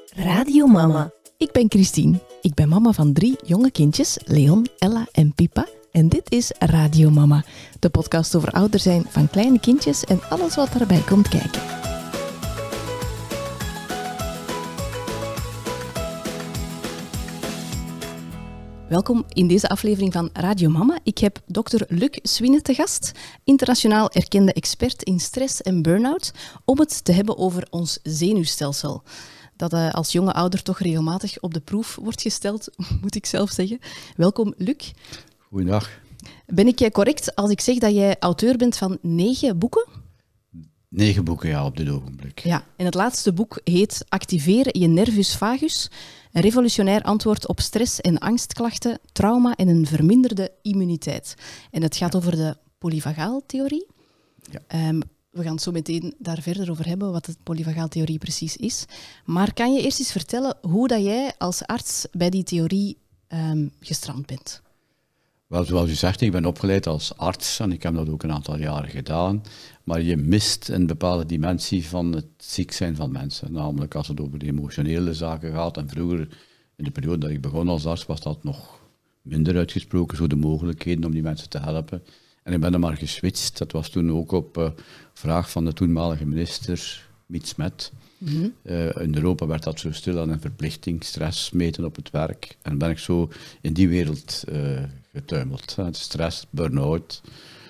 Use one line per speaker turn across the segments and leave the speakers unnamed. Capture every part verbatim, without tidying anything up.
Radio Mama. Ik ben Christine. Ik ben mama van drie jonge kindjes, Leon, Ella en Pippa. En dit is Radio Mama, de podcast over ouder zijn van kleine kindjes en alles wat daarbij komt kijken. Welkom in deze aflevering van Radio Mama. Ik heb dokter Luc Swine te gast, internationaal erkende expert in stress en burn-out, om het te hebben over ons zenuwstelsel. Dat uh, als jonge ouder toch regelmatig op de proef wordt gesteld, moet ik zelf zeggen. Welkom, Luc.
Goedendag.
Ben ik correct als ik zeg dat jij auteur bent van negen boeken?
Negen boeken, ja, op dit ogenblik.
Ja, en het laatste boek heet Activeren je nervus vagus. Een revolutionair antwoord op stress- en angstklachten, trauma en een verminderde immuniteit. En het gaat over de polyvagaaltheorie. Ja. Um, we gaan het zo meteen daar verder over hebben, wat de polyvagaaltheorie precies is. Maar kan je eerst eens vertellen hoe dat jij als arts bij die theorie um, gestrand bent?
Wel, zoals u zegt, ik ben opgeleid als arts en ik heb dat ook een aantal jaren gedaan. Maar je mist een bepaalde dimensie van het ziek zijn van mensen. Namelijk als het over de emotionele zaken gaat. En vroeger, in de periode dat ik begon als arts, was dat nog minder uitgesproken, zo de mogelijkheden om die mensen te helpen. En ik ben er maar geswitcht. Dat was toen ook op uh, vraag van de toenmalige minister, Miet Smet. Mm-hmm. Uh, in Europa werd dat zo stil aan een verplichting, stress meten op het werk. En ben ik zo in die wereld uh, getuimeld. Hè. Stress, burn-out.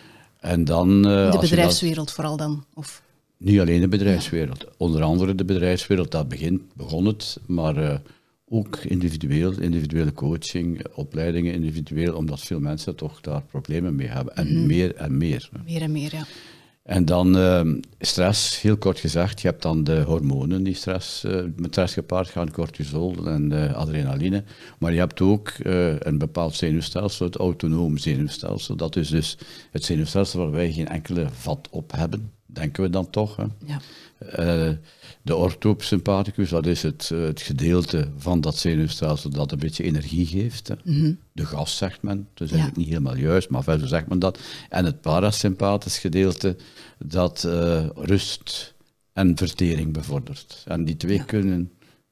En dan, uh,
in de bedrijfswereld
dat,
vooral dan? Of?
Niet alleen de bedrijfswereld. Ja. Onder andere de bedrijfswereld, daar begint, begon het. Maar uh, ook individueel, individuele coaching, opleidingen individueel, omdat veel mensen toch daar problemen mee hebben. En mm-hmm. meer en meer.
Meer en meer, ja.
En dan uh, stress, heel kort gezegd, je hebt dan de hormonen die stress, uh, met stress gepaard gaan, cortisol en uh, adrenaline. Maar je hebt ook uh, een bepaald zenuwstelsel, het autonoom zenuwstelsel. Dat is dus het zenuwstelsel waar wij geen enkele vat op hebben, denken we dan toch. Hè? Ja. Uh, de orthosympathicus, dat is het, uh, het gedeelte van dat zenuwstelsel dat een beetje energie geeft. Hè. Mm-hmm. De gas, zegt men. Dat is eigenlijk ja. niet helemaal juist, maar verder zegt men dat. En het parasympathisch gedeelte, dat uh, rust en vertering bevordert. En die twee ja. kunnen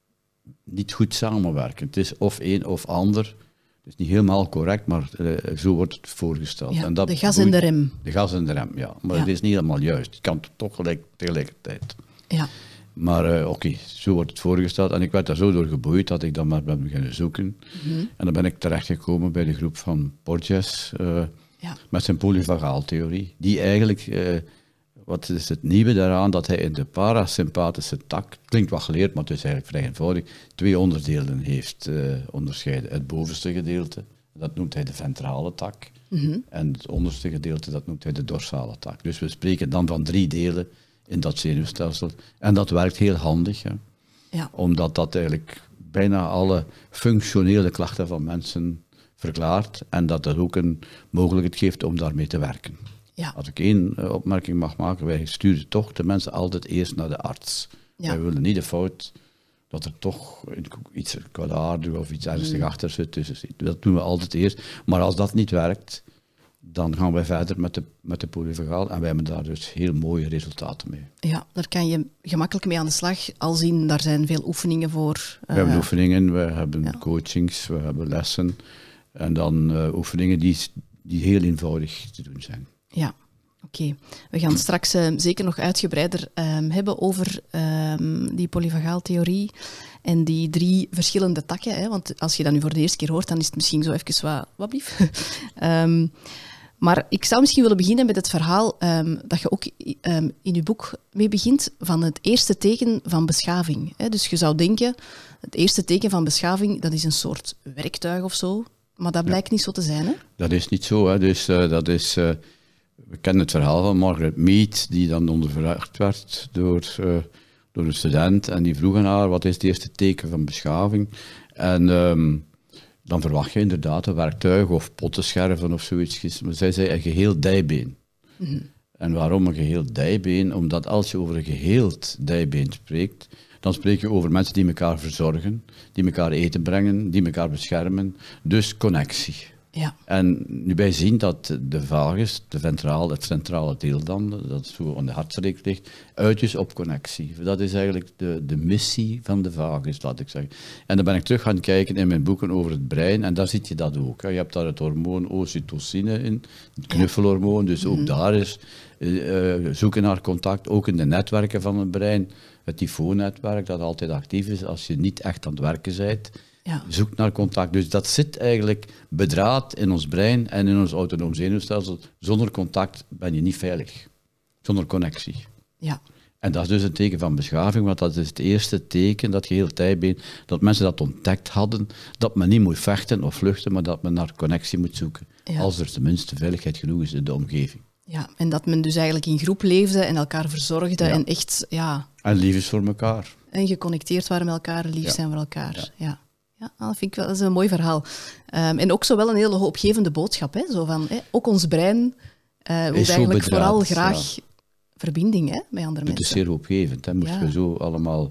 niet goed samenwerken. Het is of een of ander. Het is niet helemaal correct, maar uh, zo wordt het voorgesteld.
Ja,
en dat
de gas en de rem.
De gas en de rem, ja. Maar ja. het is niet helemaal juist. Het kan toch gelijk, tegelijkertijd.
Ja.
Maar uh, oké, okay, zo wordt het voorgesteld. En ik werd daar zo door geboeid dat ik dan maar ben beginnen zoeken. Mm-hmm. En dan ben ik terechtgekomen bij de groep van Porges uh, ja. met zijn polyvagaaltheorie. Die eigenlijk, uh, wat is het nieuwe daaraan, dat hij in de parasympathische tak, klinkt wat geleerd, maar het is eigenlijk vrij eenvoudig, twee onderdelen heeft uh, onderscheiden. Het bovenste gedeelte, dat noemt hij de ventrale tak. Mm-hmm. En het onderste gedeelte, dat noemt hij de dorsale tak. Dus we spreken dan van drie delen in dat zenuwstelsel. En dat werkt heel handig, hè? Ja. Omdat dat eigenlijk bijna alle functionele klachten van mensen verklaart en dat dat ook een mogelijkheid geeft om daarmee te werken. Ja. Als ik één uh, opmerking mag maken, wij sturen toch de mensen altijd eerst naar de arts. Ja. Wij willen niet de fout dat er toch iets kwaadaardig of iets ernstig mm. achter zit. Dus dat doen we altijd eerst. Maar als dat niet werkt, dan gaan wij verder met de, met de polyvagaal en wij hebben daar dus heel mooie resultaten mee.
Ja, daar kan je gemakkelijk mee aan de slag, al zien, daar zijn veel oefeningen voor. Uh,
we hebben oefeningen, we hebben ja. coachings, we hebben lessen en dan uh, oefeningen die, die heel eenvoudig te doen zijn.
Ja, oké. Okay. We gaan straks uh, zeker nog uitgebreider um, hebben over um, die polyvagaaltheorie en die drie verschillende takken. Hè? Want als je dat nu voor de eerste keer hoort, dan is het misschien zo even wat, wat blief. um, Maar ik zou misschien willen beginnen met het verhaal um, dat je ook um, in je boek mee begint van het eerste teken van beschaving. Hè? Dus je zou denken, het eerste teken van beschaving, dat is een soort werktuig of zo. Maar dat blijkt ja. niet zo te zijn, hè?
Dat is niet zo, hè. Dus uh, dat is... Uh, we kennen het verhaal van Margaret Mead, die dan ondervraagd werd door, uh, door een student. En die vroeg aan haar, wat is het eerste teken van beschaving? En... Um, dan verwacht je inderdaad een werktuig of pottenscherven of zoiets. Maar zij zei een geheel dijbeen. Mm-hmm. En waarom een geheel dijbeen? Omdat als je over een geheeld dijbeen spreekt, dan spreek je over mensen die elkaar verzorgen, die elkaar eten brengen, die elkaar beschermen. Dus connectie.
Ja.
En nu wij zien dat de vagus, de ventraal, het centrale deel dan, dat zo aan de hartstreek ligt, uit is op connectie. Dat is eigenlijk de, de missie van de vagus, laat ik zeggen. En dan ben ik terug gaan kijken in mijn boeken over het brein en daar zie je dat ook. Je hebt daar het hormoon oxytocine in, het knuffelhormoon, dus ook mm-hmm. daar is uh, zoeken naar contact, ook in de netwerken van het brein. Het tyfoonnetwerk dat altijd actief is als je niet echt aan het werken bent. Ja. Zoek naar contact. Dus dat zit eigenlijk bedraad in ons brein en in ons autonoom zenuwstelsel. Zonder contact ben je niet veilig. Zonder connectie.
Ja.
En dat is dus een teken van beschaving, want dat is het eerste teken dat je heel tijd bent, dat mensen dat ontdekt hadden, dat men niet moet vechten of vluchten, maar dat men naar connectie moet zoeken. Ja. Als er tenminste veiligheid genoeg is in de omgeving.
Ja, en dat men dus eigenlijk in groep leefde en elkaar verzorgde ja. en echt... Ja,
en lief is voor elkaar.
En geconnecteerd waren met elkaar, lief ja. zijn voor elkaar. Ja. ja. Ja, dat vind ik wel, dat is een mooi verhaal. Um, en ook zo wel een hele hoopgevende boodschap. Hè? Zo van, hè, ook ons brein uh, wil eigenlijk bedraad, vooral graag ja. verbinding hè, met andere
het
mensen.
Het is zeer hoopgevend. Hè? Moest ja. we zo allemaal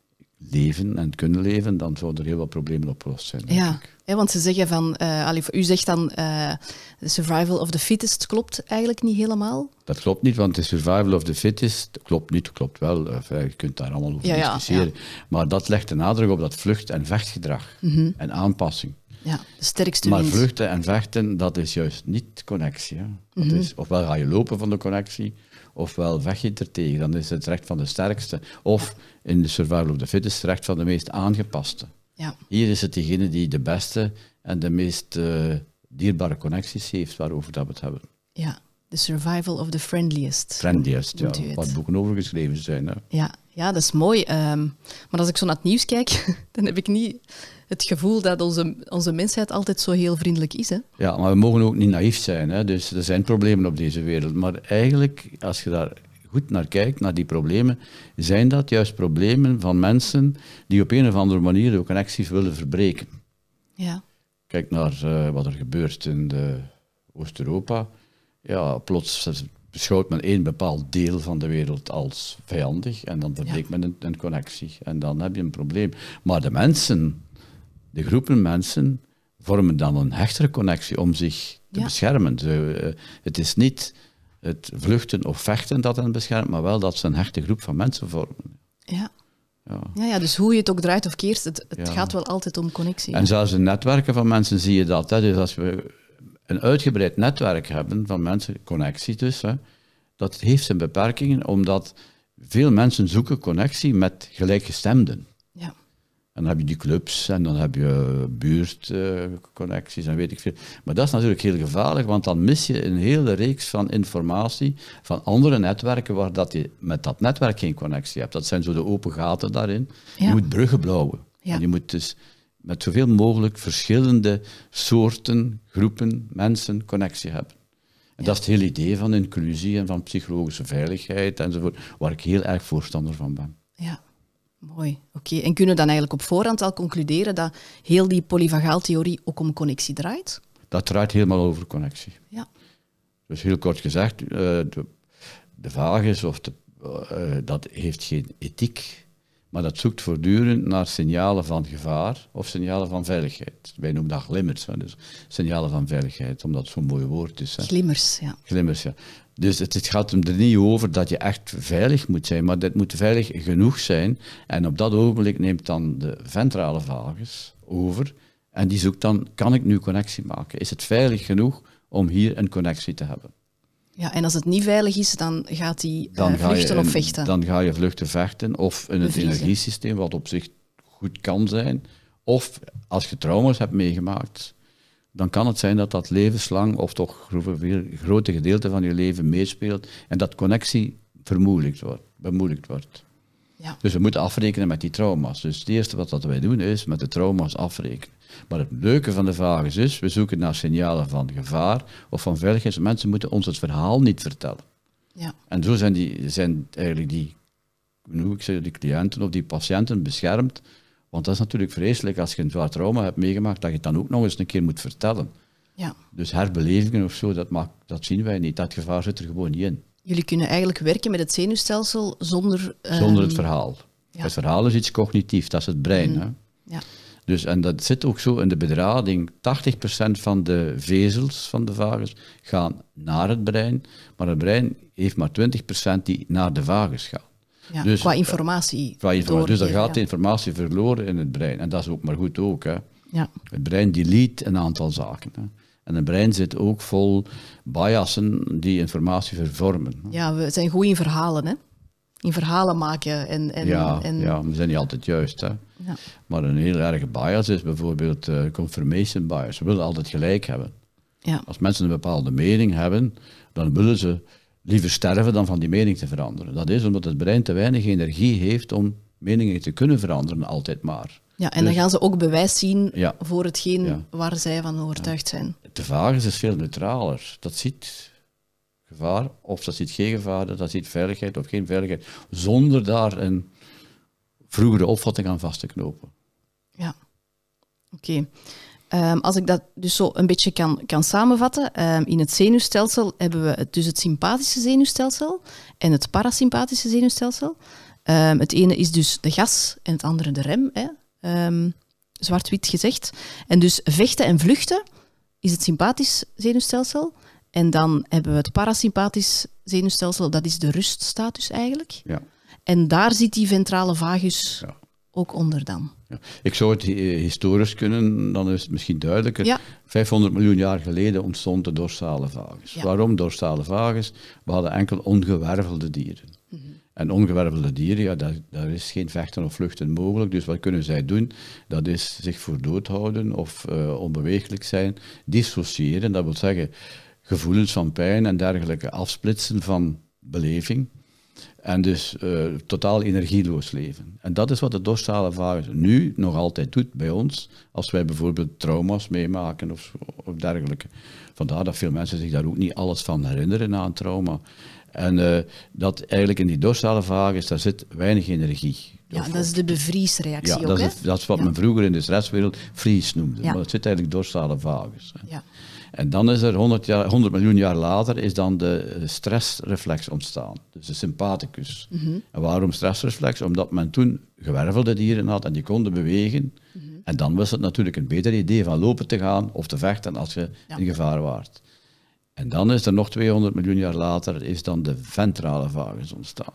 leven en kunnen leven, dan zouden er heel wat problemen opgelost zijn.
Ja, hè, want ze zeggen van... Uh, allee, u zegt dan, uh, the survival of the fittest klopt eigenlijk niet helemaal.
Dat klopt niet, want de survival of the fittest klopt niet, klopt wel. Enfin, je kunt daar allemaal over ja, discussiëren. Ja, ja. Maar dat legt de nadruk op dat vlucht- en vechtgedrag mm-hmm. en aanpassing.
Ja, de sterkste
Maar
wind.
vluchten en vechten, dat is juist niet connectie. Hè. Dat mm-hmm. is, ofwel ga je lopen van de connectie, ofwel vecht je er tegen. Dan is het recht van de sterkste. Of in de survival of the fittest, het recht van de meest aangepaste.
Ja.
Hier is het degene die de beste en de meest uh, dierbare connecties heeft, waarover dat we het hebben.
Ja, the survival of the friendliest.
Friendliest, ja. Waar boeken over geschreven zijn. Hè.
Ja, ja, dat is mooi. Um, maar als ik zo naar het nieuws kijk, dan heb ik niet het gevoel dat onze, onze mensheid altijd zo heel vriendelijk is. Hè?
Ja, maar we mogen ook niet naïef zijn. Hè. Dus er zijn problemen op deze wereld. Maar eigenlijk, als je daar goed naar kijkt, naar die problemen, zijn dat juist problemen van mensen die op een of andere manier de connecties willen verbreken.
Ja.
Kijk naar uh, wat er gebeurt in de Oost-Europa. Ja, plots beschouwt men één bepaald deel van de wereld als vijandig en dan verbreekt ja. men een, een connectie. En dan heb je een probleem. Maar de mensen, de groepen mensen, vormen dan een hechtere connectie om zich te ja. beschermen. Ze, uh, het is niet het vluchten of vechten dat hen beschermt, maar wel dat ze een hechte groep van mensen vormen.
Ja. Ja. Ja, ja, dus hoe je het ook draait of keert, het, het ja. gaat wel altijd om connectie.
En zelfs in netwerken van mensen zie je dat. Hè. Dus als we een uitgebreid netwerk hebben van mensen, connectie dus, hè, dat heeft zijn beperkingen, omdat veel mensen zoeken connectie met gelijkgestemden.
Ja.
En dan heb je die clubs en dan heb je buurtconnecties uh, en weet ik veel. Maar dat is natuurlijk heel gevaarlijk, want dan mis je een hele reeks van informatie van andere netwerken waar dat je met dat netwerk geen connectie hebt. Dat zijn zo de open gaten daarin. Ja. Je moet bruggen bouwen. Ja. En je moet dus met zoveel mogelijk verschillende soorten, groepen, mensen connectie hebben. En ja. dat is het hele idee van inclusie en van psychologische veiligheid enzovoort, waar ik heel erg voorstander van ben.
Ja. Mooi, oké. Okay. En kunnen we dan eigenlijk op voorhand al concluderen dat heel die polyvagaaltheorie ook om connectie draait?
Dat draait helemaal over connectie.
Ja.
Dus heel kort gezegd, uh, de, de vagus of de, uh, dat heeft geen ethiek, maar dat zoekt voortdurend naar signalen van gevaar of signalen van veiligheid. Wij noemen dat glimmers, hè, dus signalen van veiligheid, omdat het zo'n mooi woord is. Hè.
Glimmers, ja.
Glimmers, ja. Dus het, het gaat er niet over dat je echt veilig moet zijn, maar dat moet veilig genoeg zijn. En op dat ogenblik neemt dan de ventrale vagus over en die zoekt dan, kan ik nu connectie maken? Is het veilig genoeg om hier een connectie te hebben?
Ja, en als het niet veilig is, dan gaat hij uh,
dan
vluchten
je,
of vechten.
Dan ga je vluchten, vechten, of in het Bevriezen. energiesysteem, wat op zich goed kan zijn. Of als je trauma's hebt meegemaakt, dan kan het zijn dat dat levenslang, of toch een grote gedeelte van je leven meespeelt, en dat connectie vermoeilijkt wordt. Bemoeilijkt wordt.
Ja.
Dus we moeten afrekenen met die trauma's. Dus het eerste wat wij doen, is met de trauma's afrekenen. Maar het leuke van de vagus is, we zoeken naar signalen van gevaar of van veiligheid. Mensen moeten ons het verhaal niet vertellen.
Ja.
En zo zijn, die, zijn eigenlijk die, hoe noem ik ze, die cliënten of die patiënten beschermd. Want dat is natuurlijk vreselijk als je een zwaar trauma hebt meegemaakt, dat je het dan ook nog eens een keer moet vertellen.
Ja.
Dus herbelevingen of zo, dat, mag, dat zien wij niet. Dat gevaar zit er gewoon niet in.
Jullie kunnen eigenlijk werken met het zenuwstelsel zonder... Um...
Zonder het verhaal.
Ja.
Het verhaal is iets cognitief, dat is het brein. Mm. Hè?
Ja.
Dus, en dat zit ook zo in de bedrading. tachtig procent van de vezels van de vagus gaan naar het brein, maar het brein heeft maar twintig procent die naar de vagus gaan.
Ja,
dus,
qua informatie.
Qua informatie. Dus dan gaat
ja.
de informatie verloren in het brein. En dat is ook maar goed ook. Hè.
Ja.
Het brein delete een aantal zaken. Hè. En het brein zit ook vol biasen die informatie vervormen.
Ja, we zijn goed in verhalen, hè. In verhalen maken. En, en,
ja,
en...
ja, we zijn niet altijd juist. Hè.
Ja.
Maar een heel erge bias is bijvoorbeeld uh, confirmation bias. We willen altijd gelijk hebben.
Ja.
Als mensen een bepaalde mening hebben, dan willen ze liever sterven dan van die mening te veranderen. Dat is omdat het brein te weinig energie heeft om meningen te kunnen veranderen, altijd maar.
Ja, en dus, dan gaan ze ook bewijs zien
ja,
voor hetgeen ja. waar zij van overtuigd
ja.
zijn.
De vagus is veel neutraler. Dat ziet gevaar of dat ziet geen gevaar, dat ziet veiligheid of geen veiligheid, zonder daar een vroegere opvatting aan vast te knopen.
Ja, oké. Okay. Um, als ik dat dus zo een beetje kan, kan samenvatten, um, in het zenuwstelsel hebben we het, dus het sympathische zenuwstelsel en het parasympathische zenuwstelsel. Um, het ene is dus de gas en het andere de rem, hè? Um, zwart-wit gezegd. En dus vechten en vluchten is het sympathisch zenuwstelsel. En dan hebben we het parasympathisch zenuwstelsel, dat is de ruststatus eigenlijk.
Ja.
En daar zit die ventrale vagus ja. ook onder dan.
Ja. Ik zou het historisch kunnen, dan is het misschien duidelijker.
Ja.
vijfhonderd miljoen jaar geleden ontstond de dorsale vagus.
Ja.
Waarom dorsale vagus? We hadden enkel ongewervelde dieren. Mm-hmm. En ongewervelde dieren, ja, daar, daar is geen vechten of vluchten mogelijk. Dus wat kunnen zij doen? Dat is zich voor dood houden of uh, onbeweeglijk zijn, dissociëren. Dat wil zeggen gevoelens van pijn en dergelijke afsplitsen van beleving. En dus uh, totaal energieloos leven. En dat is wat de dorsale vagus nu nog altijd doet bij ons, als wij bijvoorbeeld trauma's meemaken of, of dergelijke. Vandaar dat veel mensen zich daar ook niet alles van herinneren na een trauma. En uh, dat eigenlijk in die dorsale vagus, daar zit weinig energie.
Ja, dat is de bevriesreactie
ja,
ook,
dat
hè?
is, dat is wat
ja.
men vroeger in de stresswereld freeze noemde.
Ja.
Maar het zit eigenlijk dorsale vagus.
Ja.
En dan is er honderd, jaar, honderd miljoen jaar later is dan de stressreflex ontstaan. Dus de sympathicus. Mm-hmm. En waarom stressreflex? Omdat men toen gewervelde dieren had en die konden bewegen. Mm-hmm. En dan was het natuurlijk een beter idee van lopen te gaan of te vechten als je ja. in gevaar waart. En dan is er nog tweehonderd miljoen jaar later is dan de ventrale vagus ontstaan.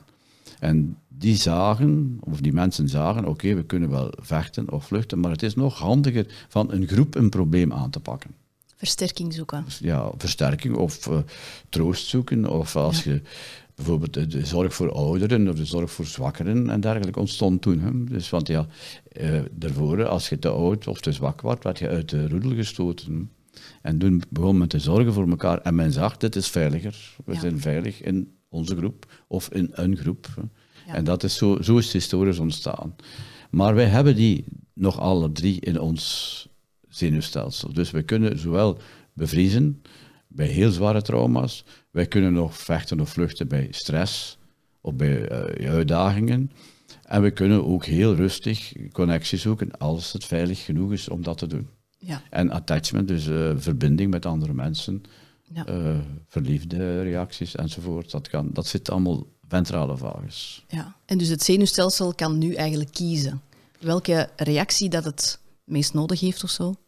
En die zagen, of die mensen zagen, oké, okay, we kunnen wel vechten of vluchten, maar het is nog handiger van een groep een probleem aan te pakken.
Versterking zoeken.
Ja, versterking of uh, troost zoeken. Of als ja. je bijvoorbeeld de, de zorg voor ouderen of de zorg voor zwakkeren en dergelijke ontstond toen. Hè. Dus, want ja, uh, daarvoor, als je te oud of te zwak werd, werd je uit de roedel gestoten. En toen begon men te zorgen voor elkaar. En men zag, dit is veiliger. We ja. zijn veilig in onze groep of in een groep. Ja. En dat is zo, zo is het historisch ontstaan. Maar wij hebben die nog alle drie in ons zenuwstelsel. Dus we kunnen zowel bevriezen bij heel zware trauma's, wij kunnen nog vechten of vluchten bij stress of bij uh, uitdagingen. En we kunnen ook heel rustig connectie zoeken als het veilig genoeg is om dat te doen.
Ja.
En attachment, dus uh, verbinding met andere mensen,
ja.
uh, verliefde reacties enzovoort, dat, kan, dat zit allemaal ventrale vagus.
Ja. En dus het zenuwstelsel kan nu eigenlijk kiezen welke reactie dat het meest nodig heeft of zo?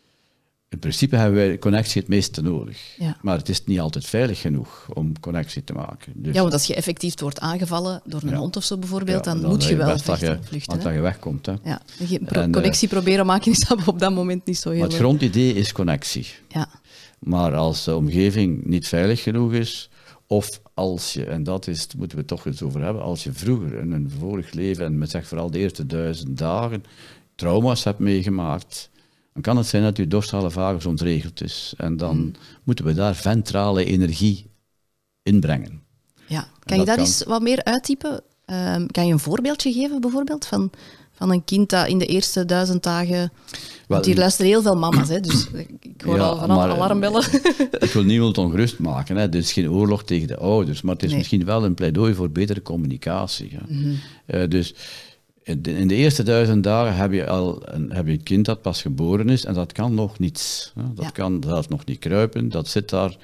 In principe hebben wij connectie het meeste nodig.
Ja.
Maar het is niet altijd veilig genoeg om connectie te maken. Dus
ja, want als je effectief wordt aangevallen door een ja. hond of zo bijvoorbeeld, ja, dan, dan moet je wel vechten
je,
vluchten.
Want dat je wegkomt. Hè.
Ja. Je pro- connectie uh, proberen maken is dat op dat moment niet zo heel...
Maar het grondidee is connectie.
Ja.
Maar als de omgeving niet veilig genoeg is, of als je, en dat is, moeten we het toch eens over hebben, als je vroeger in een vorig leven, en men zegt vooral de eerste duizend dagen, trauma's hebt meegemaakt, dan kan het zijn dat je dorsale vagus ontregeld is. En dan hmm. moeten we daar ventrale energie inbrengen.
Ja. Kan je dat, dat kan... eens wat meer uittypen? Um, kan je een voorbeeldje geven, bijvoorbeeld, van, van een kind dat in de eerste duizend dagen... Want hier luisteren heel veel mama's, hè, dus ik hoor ja, al van alle alarmbellen.
Ik wil niemand ongerust maken. Hè. Dit is geen oorlog tegen de ouders, maar het is nee. misschien wel een pleidooi voor betere communicatie. Ja. Mm-hmm. Uh, dus... In de eerste duizend dagen heb je al een, heb je een kind dat pas geboren is en dat kan nog niets. Dat ja. kan zelfs nog niet kruipen, dat zit daar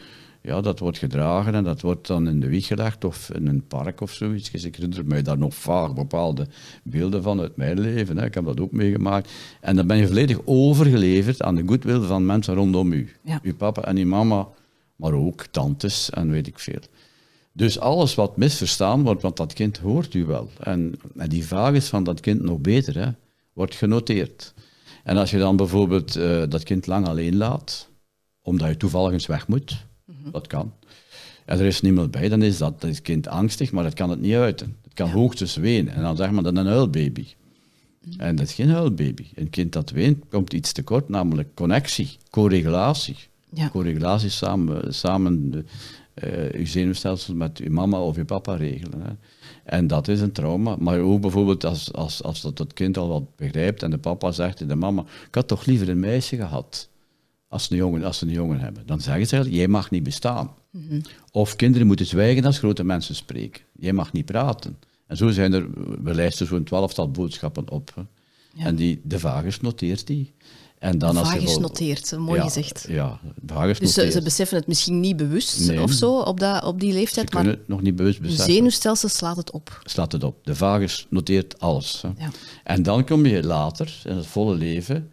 ja, dat wordt gedragen en dat wordt dan in de wieg gelegd of in een park of zoiets. Ik herinner mij daar nog vaak bepaalde beelden van uit mijn leven. Hè. Ik heb dat ook meegemaakt. En dan ben je volledig overgeleverd aan de goodwill van mensen rondom u.
Ja.
Uw papa en uw mama, maar ook tantes en weet ik veel. Dus alles wat misverstaan wordt, want dat kind hoort u wel. En, en die vraag is van dat kind nog beter, hè, wordt genoteerd. En als je dan bijvoorbeeld uh, dat kind lang alleen laat, omdat je toevallig eens weg moet, mm-hmm. dat kan, en er is niemand bij, dan is dat, dat is kind angstig, maar dat kan het niet uiten. Het kan ja. hoogstens wenen. En dan zeg maar dat een huilbaby. Mm-hmm. En dat is geen huilbaby. Een kind dat weent, komt iets tekort, namelijk connectie, co-regulatie. Ja. Co-regulatie is samen... samen de, Uh, je zenuwstelsel met je mama of je papa regelen. Hè. En dat is een trauma. Maar ook bijvoorbeeld als, als, als dat het kind al wat begrijpt en de papa zegt tegen de mama, ik had toch liever een meisje gehad als, een jongen, als ze een jongen hebben. Dan zeggen ze eigenlijk, jij mag niet bestaan. Mm-hmm. Of kinderen moeten zwijgen als grote mensen spreken. Jij mag niet praten. En zo zijn er, we lijsten zo'n twaalftal boodschappen op. Hè. Ja. En die, de vagus noteert die. En dan
als vagus noteert, mooi
ja,
gezegd.
Ja, vagus
dus ze, ze beseffen het misschien niet bewust nee, of zo op, dat, op die leeftijd,
ze maar het nog niet bewust beseffen.
Het zenuwstelsel slaat het op.
Slaat het op. De vagus noteert alles. Hè.
Ja.
En dan kom je later, in het volle leven,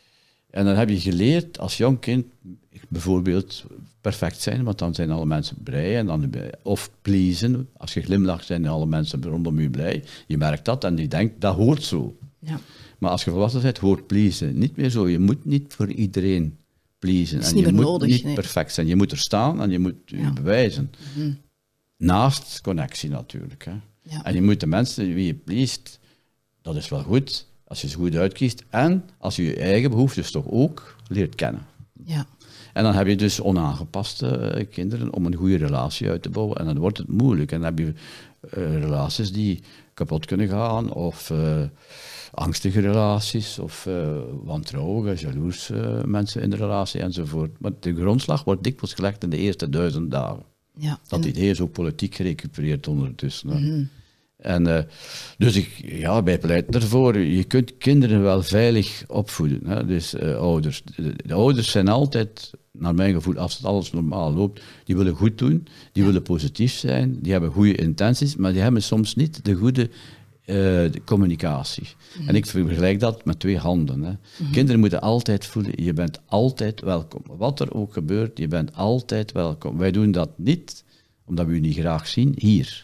en dan heb je geleerd als jong kind bijvoorbeeld perfect zijn, want dan zijn alle mensen blij, en dan, of pleasen. Als je glimlacht, zijn alle mensen rondom je blij. Je merkt dat en je denkt, dat hoort zo.
Ja.
Maar als je volwassen bent, hoort pleasen niet meer zo. Je moet niet voor iedereen pleasen.
Dat is
en
niet
je
meer
moet
nodig,
niet
nee.
perfect zijn. Je moet er staan en je moet je ja. bewijzen.
Mm-hmm.
Naast connectie natuurlijk. Hè.
Ja.
En je moet de mensen wie je pleest, dat is wel goed, als je ze goed uitkiest. En als je je eigen behoeftes toch ook leert kennen.
Ja.
En dan heb je dus onaangepaste uh, kinderen om een goede relatie uit te bouwen. En dan wordt het moeilijk. En dan heb je uh, relaties die kapot kunnen gaan, of uh, angstige relaties, of uh, wantrouwige, jaloerse mensen in de relatie enzovoort. Maar de grondslag wordt dikwijls gelegd in de eerste duizend dagen.
Ja,
dat
en...
idee is ook politiek gerecupereerd ondertussen.
Mm-hmm.
En, uh, dus ik, ja, wij pleiten ervoor, je kunt kinderen wel veilig opvoeden. Hè? Dus uh, ouders. De, de ouders zijn altijd, naar mijn gevoel, als het alles normaal loopt, die willen goed doen, die ja. willen positief zijn, die hebben goede intenties, maar die hebben soms niet de goede uh, de communicatie. Mm-hmm. En ik vergelijk dat met twee handen. Hè. Mm-hmm. Kinderen moeten altijd voelen, je bent altijd welkom. Wat er ook gebeurt, je bent altijd welkom. Wij doen dat niet, omdat we u niet graag zien, hier.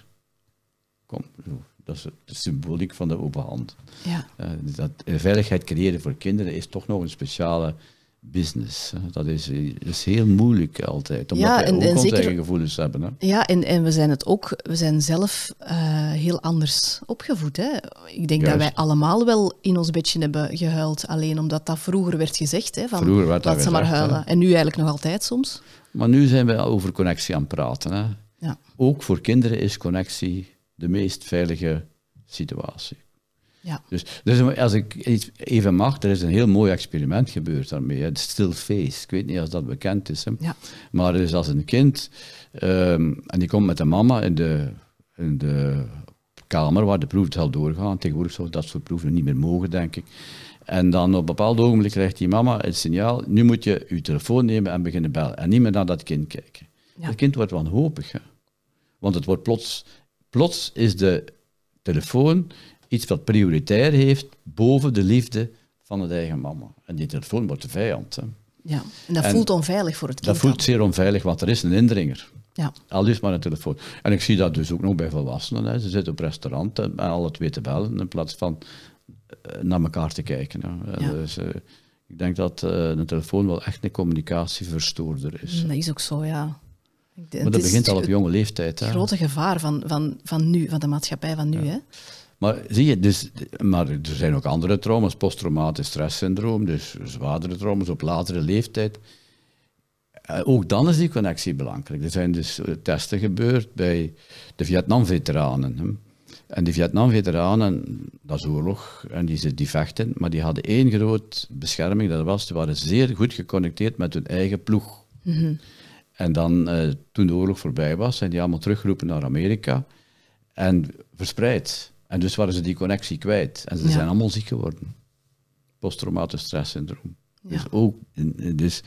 Kom, dat is de symboliek van de open hand.
Ja.
Uh, dat, uh, veiligheid creëren voor kinderen is toch nog een speciale business. Dat is, dat is heel moeilijk altijd, omdat
ja,
wij
en,
ook
en
onze
zeker,
eigen gevoelens hebben. Hè.
Ja, en, en we zijn het ook, we zijn zelf uh, heel anders opgevoed. Hè? Ik denk Juist. dat wij allemaal wel in ons bedje hebben gehuild, alleen omdat dat vroeger werd gezegd, hè, van
vroeger werd dat
laat ze
gezegd,
maar huilen. Hè. En nu eigenlijk nog altijd soms.
Maar nu zijn we over connectie aan het praten. Hè.
Ja.
Ook voor kinderen is connectie de meest veilige situatie.
Ja.
Dus, dus als ik iets even mag, er is een heel mooi experiment gebeurd daarmee. Het Still Face, ik weet niet of dat bekend is. Hè.
Ja.
Maar dus als een kind, um, en die komt met de mama in de, in de kamer waar de proef zal doorgaan. Tegenwoordig zou dat soort proeven niet meer mogen, denk ik. En dan op een bepaald ogenblik krijgt die mama het signaal, nu moet je je telefoon nemen en beginnen bellen. En niet meer naar dat kind kijken. Ja. Het kind wordt wanhopig. Hè. Want het wordt plots, plots is de telefoon iets wat prioritair heeft boven de liefde van het eigen mama. En die telefoon wordt de vijand. Hè.
Ja, en dat
en
voelt onveilig voor het kind.
Dat voelt
dan.
zeer onveilig, want er is een indringer.
Ja.
Al is maar een telefoon. En ik zie dat dus ook nog bij volwassenen. Hè. Ze zitten op restaurant en alle twee te bellen in plaats van uh, naar elkaar te kijken. Hè.
Ja.
Dus, uh, ik denk dat uh, een telefoon wel echt een communicatieverstoorder is.
Dat is ook zo, ja.
Maar dat begint al op jonge leeftijd.
Het grote gevaar van, van, van nu, van de maatschappij van nu. Ja. Hè?
Maar zie je, dus, maar er zijn ook andere trauma's, posttraumatisch stresssyndroom, dus zwaardere trauma's op latere leeftijd. Uh, ook dan is die connectie belangrijk. Er zijn dus testen gebeurd bij de Vietnam-veteranen. Hè. En die Vietnam-veteranen, dat is oorlog, en die, die vechten, maar die hadden één groot bescherming, dat was, ze waren zeer goed geconnecteerd met hun eigen ploeg.
Mm-hmm.
En dan, uh, toen de oorlog voorbij was, zijn die allemaal teruggeroepen naar Amerika en verspreid. En dus waren ze die connectie kwijt. En ze ja. zijn allemaal ziek geworden. Posttraumatisch stresssyndroom. Ja. Dus ook, dus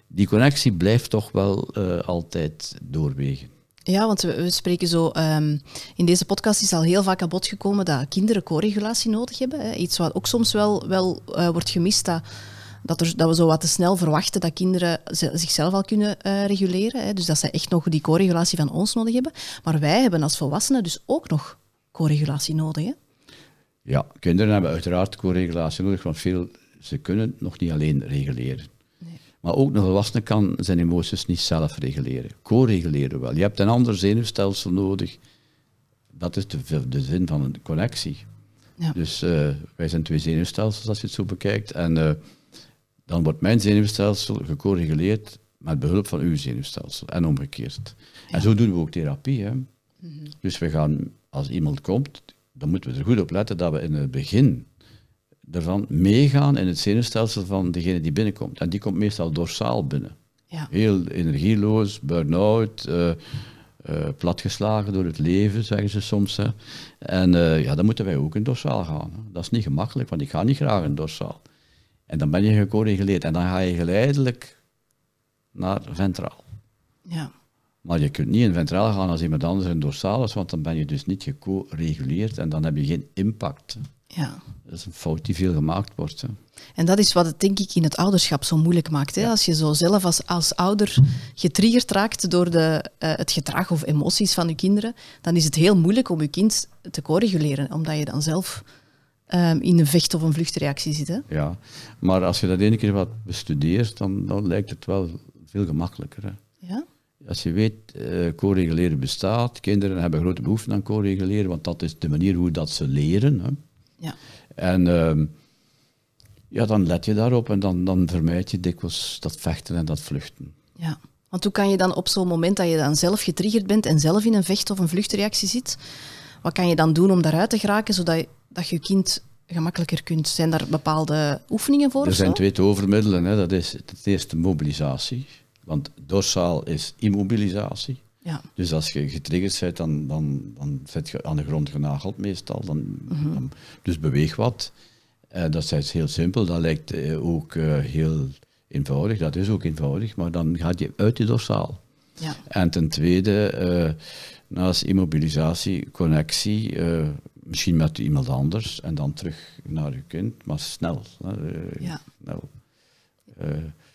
die connectie blijft toch wel uh, altijd doorwegen.
Ja, want we, we spreken zo... Um, in deze podcast is al heel vaak aan bod gekomen dat kinderen co-regulatie nodig hebben. Hè. Iets wat ook soms wel, wel uh, wordt gemist, dat, dat, er, dat we zo wat te snel verwachten dat kinderen z- zichzelf al kunnen uh, reguleren. Hè. Dus dat zij echt nog die co-regulatie van ons nodig hebben. Maar wij hebben als volwassenen dus ook nog co-regulatie nodig. Hè.
Ja, kinderen hebben uiteraard co-regulatie nodig, want veel, ze kunnen nog niet alleen reguleren. Nee. Maar ook een volwassene kan zijn emoties niet zelf reguleren. Co-reguleren wel. Je hebt een ander zenuwstelsel nodig. Dat is de, de zin van een connectie. Ja. Dus uh, wij zijn twee zenuwstelsels als je het zo bekijkt. En uh, dan wordt mijn zenuwstelsel geco-reguleerd met behulp van uw zenuwstelsel. En omgekeerd. Ja. En zo doen we ook therapie. Hè. Mm-hmm. Dus we gaan, als iemand komt, dan moeten we er goed op letten dat we in het begin ervan meegaan in het zenuwstelsel van degene die binnenkomt. En die komt meestal dorsaal binnen. Ja. Heel energieloos, burn-out, uh, uh, platgeslagen door het leven, zeggen ze soms. Hè. En uh, ja, dan moeten wij ook in dorsaal gaan. Hè. Dat is niet gemakkelijk, want ik ga niet graag in dorsaal. En dan ben je gecorrigeerd en dan ga je geleidelijk naar ventraal.
Ja.
Maar je kunt niet in ventraal gaan als iemand anders in dorsaal is, want dan ben je dus niet geco-reguleerd en dan heb je geen impact.
Ja.
Dat is een fout die veel gemaakt wordt. Hè.
En dat is wat het, denk ik, in het ouderschap zo moeilijk maakt. Hè? Ja. Als je zo zelf als, als ouder getriggerd raakt door de, uh, het gedrag of emoties van je kinderen, dan is het heel moeilijk om je kind te co-reguleren, omdat je dan zelf um, in een vecht- of een vluchtreactie zit. Hè?
Ja, maar als je dat ene keer wat bestudeert, dan, dan lijkt het wel veel gemakkelijker. Hè.
Ja?
Als je weet, uh, co-reguleren bestaat, kinderen hebben grote behoefte aan co-reguleren, want dat is de manier hoe dat ze leren. Hè.
Ja.
En uh, ja, dan let je daarop en dan, dan vermijd je dikwijls dat vechten en dat vluchten.
Ja, want hoe kan je dan op zo'n moment dat je dan zelf getriggerd bent en zelf in een vecht- of een vluchtreactie zit, wat kan je dan doen om daaruit te geraken, zodat je, dat je je kind gemakkelijker kunt? Zijn daar bepaalde oefeningen voor?
Er zijn
zo?
twee tovermiddelen. Hè. Dat is ten eerste mobilisatie, want dorsaal is immobilisatie.
Ja.
Dus als je getriggerd bent, dan, dan, dan zit je aan de grond genageld meestal. Dan, mm-hmm. dan, dus beweeg wat. Uh, dat is heel simpel, dat lijkt uh, ook uh, heel eenvoudig. Dat is ook eenvoudig, maar dan gaat je uit je dorsaal.
Ja.
En ten tweede, uh, naast immobilisatie, connectie, uh, misschien met iemand anders en dan terug naar je kind, maar snel. Uh,
ja.
snel. Uh,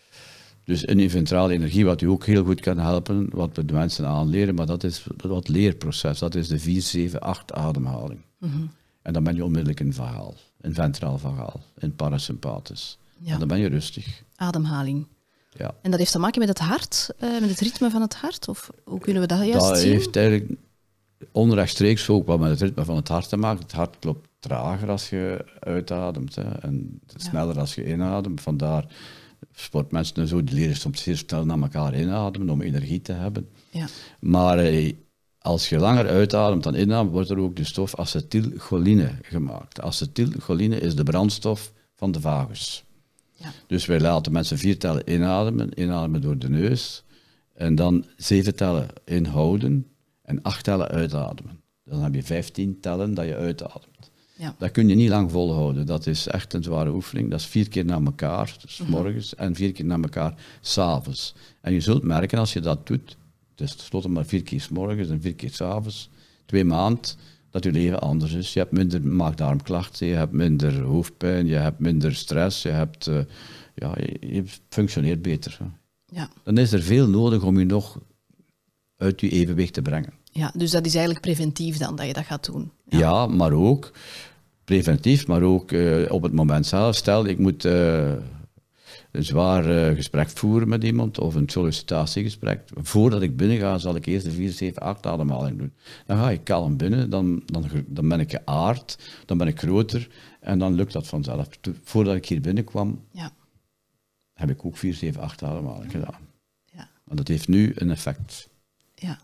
Dus een ventrale energie, wat u ook heel goed kan helpen, wat we de mensen aanleren, maar dat is dat leerproces, dat is de vier zeven acht ademhaling. Mm-hmm. En dan ben je onmiddellijk in vagaal, in ventraal vagaal, in parasympathisch. Ja. En dan ben je rustig.
Ademhaling.
Ja.
En dat heeft te maken met het hart, uh, met het ritme van het hart? Of hoe kunnen we dat juist
dat
zien?
Dat heeft eigenlijk onrechtstreeks ook wat met het ritme van het hart te maken. Het hart klopt trager als je uitademt hè, en sneller ja. als je inademt. Vandaar sportmensen en zo, die leren soms zeer snel naar elkaar inademen om energie te hebben.
Ja.
Maar eh, als je langer uitademt dan inademt, wordt er ook de stof acetylcholine gemaakt. Acetylcholine is de brandstof van de vagus. Ja. Dus wij laten mensen vier tellen inademen, inademen door de neus, en dan zeven tellen inhouden en acht tellen uitademen. Dan heb je vijftien tellen dat je uitademt. Ja. Dat kun je niet lang volhouden. Dat is echt een zware oefening. Dat is vier keer na elkaar, dus mm-hmm. morgens, en vier keer na elkaar s'avonds. En je zult merken als je dat doet, het is tenslotte maar vier keer 's morgens en vier keer 's avonds, twee maanden, dat je leven anders is. Je hebt minder maag-darmklachten, je hebt minder hoofdpijn, je hebt minder stress, je, hebt, uh, ja, je, je functioneert beter.
Ja.
Dan is er veel nodig om je nog uit je evenwicht te brengen.
Ja, dus dat is eigenlijk preventief dan, dat je dat gaat doen.
Ja, ja maar ook preventief, maar ook uh, op het moment zelf. Stel, ik moet uh, een zwaar uh, gesprek voeren met iemand of een sollicitatiegesprek. Voordat ik binnen ga, zal ik eerst de vier zeven acht ademhaling doen. Dan ga ik kalm binnen, dan, dan, dan ben ik geaard, dan ben ik groter en dan lukt dat vanzelf. Voordat ik hier binnenkwam, ja. heb ik ook vier zeven acht ademhaling gedaan. Ja. En dat heeft nu een effect.
Ja.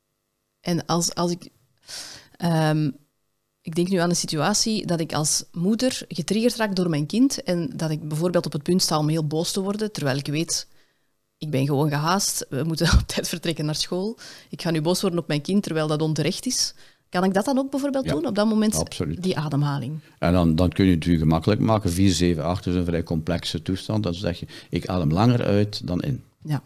En als, als ik... Um, ik denk nu aan een situatie dat ik als moeder getriggerd raak door mijn kind en dat ik bijvoorbeeld op het punt sta om heel boos te worden, terwijl ik weet, ik ben gewoon gehaast, we moeten op tijd vertrekken naar school. Ik ga nu boos worden op mijn kind, terwijl dat onterecht is. Kan ik dat dan ook bijvoorbeeld ja, doen, op dat moment, absoluut. Die ademhaling?
En dan, dan kun je het natuurlijk gemakkelijk maken. vier zeven acht is een vrij complexe toestand. Dan zeg je, ik adem langer uit dan in.
Ja.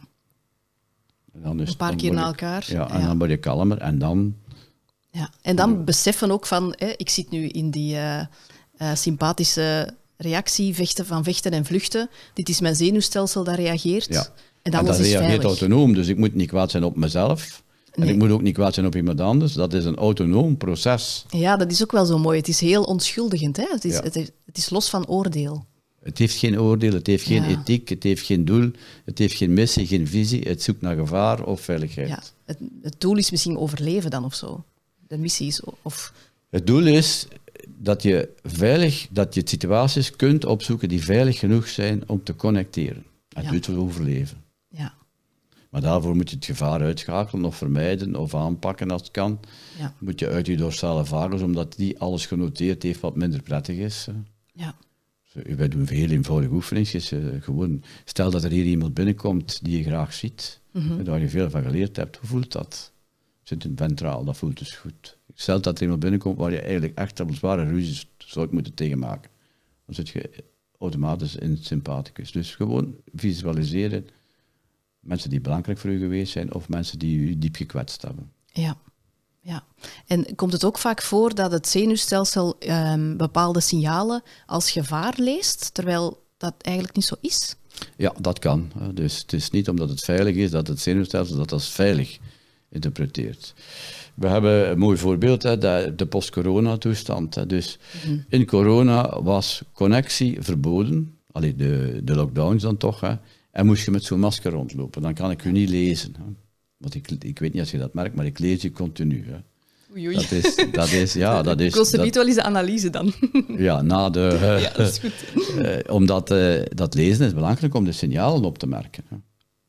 En dan is
een paar
dan
keer
word
na
je-
elkaar.
Ja, en dan word je kalmer en dan...
Ja. En dan beseffen ook van, hè, ik zit nu in die uh, uh, sympathische reactie, vechten van vechten en vluchten. Dit is mijn zenuwstelsel dat reageert.
Ja.
En,
En
alles
dat
is
reageert
veilig.
autonoom, dus ik moet niet kwaad zijn op mezelf.
Nee.
En ik moet ook niet kwaad zijn op iemand anders. Dat is een autonoom proces.
Ja, dat is ook wel zo mooi. Het is heel onschuldigend. Hè? Het, is,
Ja.
het, is, het is los van oordeel.
Het heeft geen oordeel, het heeft geen
Ja.
ethiek, het heeft geen doel, het heeft geen missie, geen visie. Het zoekt naar gevaar of veiligheid.
Ja. Het, het doel is misschien overleven dan of zo. De missie is... Of...
Het doel is dat je veilig, dat je situaties kunt opzoeken die veilig genoeg zijn om te connecteren. En
Ja.
dus te overleven.
Ja.
Maar daarvoor moet je het gevaar uitschakelen of vermijden of aanpakken als het kan.
Ja.
Moet je uit je dorsale vagus, omdat die alles genoteerd heeft wat minder prettig is. hè.
Ja.
Zo, wij doen heel eenvoudige oefeningen. eh, Gewoon, stel dat er hier iemand binnenkomt die je graag ziet,
Mhm.
en waar je veel van geleerd hebt, hoe voelt dat? Zit in ventraal, dat voelt dus goed. Stel dat er iemand binnenkomt waar je eigenlijk echt een zware ruzie zou moeten tegenmaken. Dan zit je automatisch in het sympathicus. Dus gewoon visualiseren mensen die belangrijk voor u geweest zijn of mensen die u diep gekwetst hebben.
Ja. Ja. En komt het ook vaak voor dat het zenuwstelsel ehm, bepaalde signalen als gevaar leest, terwijl dat eigenlijk niet zo is?
Ja, dat kan. hè. Dus het is niet omdat het veilig is dat het zenuwstelsel dat als veilig interpreteert. We hebben een mooi voorbeeld, hè, de, de post-corona-toestand. hè. Dus
Mm-hmm.
in corona was connectie verboden, allee, de, de lockdowns dan toch, hè, en moest je met zo'n masker rondlopen. Dan kan ik u niet lezen. Hè. Want ik, ik weet niet als je dat merkt, maar ik lees je continu. Hè.
Oei, oei.
Dat is, dat is, ja, dat is...
Ik wil ze
dat-
niet wel eens de analyse dan.
Ja, na de...
Ja, dat is goed.
eh, omdat eh, dat lezen is belangrijk om de signalen op te merken. hè.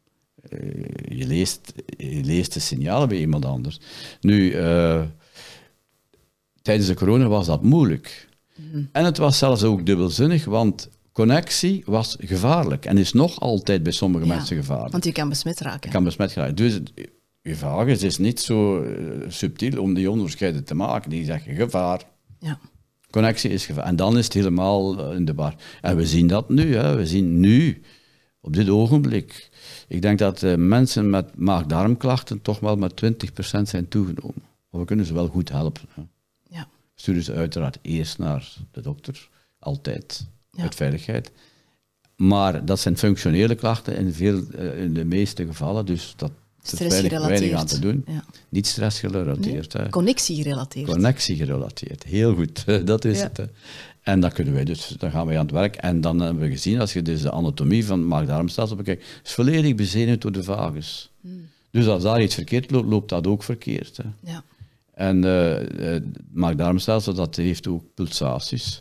Eh, je, leest, je leest de signalen bij iemand anders. Nu, eh, tijdens de corona was dat moeilijk. En het was zelfs ook dubbelzinnig, want connectie was gevaarlijk en is nog altijd bij sommige
Ja,
mensen gevaarlijk.
Want je kan besmet raken.
kan besmet geraken. Dus het- je vagus is niet zo eh, subtiel om die onderscheiden te maken. Die zeggen gevaar.
Ja.
Connectie is gevaar. En dan is het helemaal eh, in de war. En we zien dat nu. Hè. We zien nu, op dit ogenblik. Ik denk dat eh, mensen met maag-darmklachten toch wel met twintig procent zijn toegenomen. Maar we kunnen ze wel goed helpen. Hè.
Ja.
Sturen ze uiteraard eerst naar de dokter. Altijd.
Ja.
Uit veiligheid. Maar dat zijn functionele klachten in, veel, eh, in de meeste gevallen. Dus dat is weinig,
Stressgerelateerd.
weinig aan te doen.
Ja.
Niet stressgerelateerd. hè.
Connectie gerelateerd.
Connectie gerelateerd. Heel goed, dat is
Ja.
het. Hè. En dat kunnen wij dus, dan gaan wij aan het werk. En dan hebben we gezien, als je dus de anatomie van het maag-darmstelsel bekijkt, is volledig bezenuwd door de vagus.
Hmm.
Dus als daar iets verkeerd loopt, loopt dat ook verkeerd. Hè.
Ja.
En eh, eh, het maag-darmstelsel dat heeft ook pulsaties.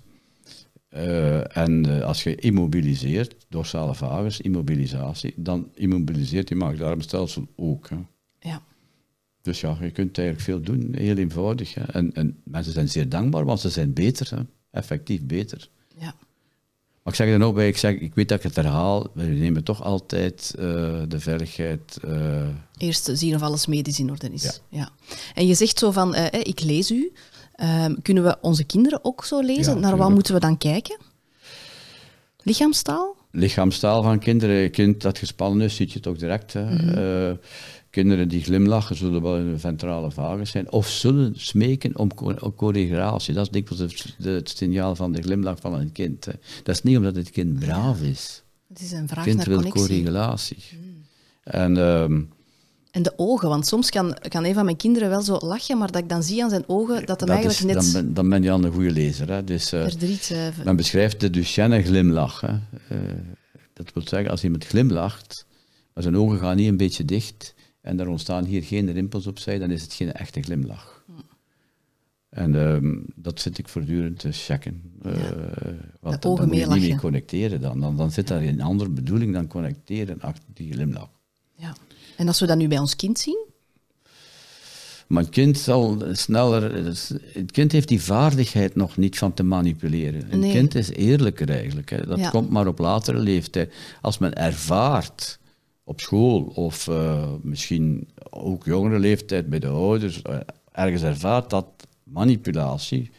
Eh, en eh, als je immobiliseert, dorsale vagus, immobilisatie, dan immobiliseert je maag-darmstelsel ook. Hè.
Ja.
Dus ja, je kunt eigenlijk veel doen, heel eenvoudig. Hè. En, en mensen zijn zeer dankbaar, want ze zijn beter, hè. Effectief beter.
Ja.
Maar ik zeg er nog bij, ik, zeg, ik weet dat ik het herhaal, we nemen toch altijd eh, de veiligheid... eh,
Eerst zien of alles medisch in orde is.
Ja.
Ja. En je zegt zo van, eh, ik lees u. Ehm, kunnen we onze kinderen ook zo lezen?
Ja,
Naar wat
tuurlijk.
moeten we dan kijken? Lichaamstaal?
lichaamstaal van kinderen. Een kind dat gespannen is, ziet je het ook direct. Hè.
Mhm.
Eh, kinderen die glimlachen zullen wel in een ventrale vagus zijn. Of zullen smeken om co- correlatie. Dat is dikwijls het, de- het signaal van de glimlach van een kind. Hè. Dat is niet omdat het kind braaf is.
Het is een vraag
Het kind
naar
wil
connectie. Mhm.
correlatie. En ehm,
En de ogen, want soms kan, kan een van mijn kinderen wel zo lachen, maar dat ik dan zie aan zijn ogen dat hem
dat
eigenlijk
is,
net
dan, ben, dan ben je al een goede lezer. Hè. Dus, eh,
verdriet... eh, v-
men beschrijft de Duchenne-glimlach. Hè. Eh, dat wil zeggen, als iemand glimlacht, maar zijn ogen gaan niet een beetje dicht en er ontstaan hier geen rimpels opzij, dan is het geen echte glimlach. En ehm, dat zit ik voortdurend te checken. Eh, want
De
dan
ogen
moet je niet
meelachen.
mee connecteren dan. Dan, dan zit daar een andere bedoeling dan connecteren achter die glimlach.
ja. En als we dat nu bij ons kind zien?
Maar het kind zal sneller... Het kind heeft die vaardigheid nog niet van te manipuleren. Een
Nee.
kind is eerlijker eigenlijk. Hè. Dat
Ja.
komt maar op latere leeftijd. Als men ervaart op school of eh, misschien ook jongere leeftijd bij de ouders, eh, ergens ervaart dat manipulatie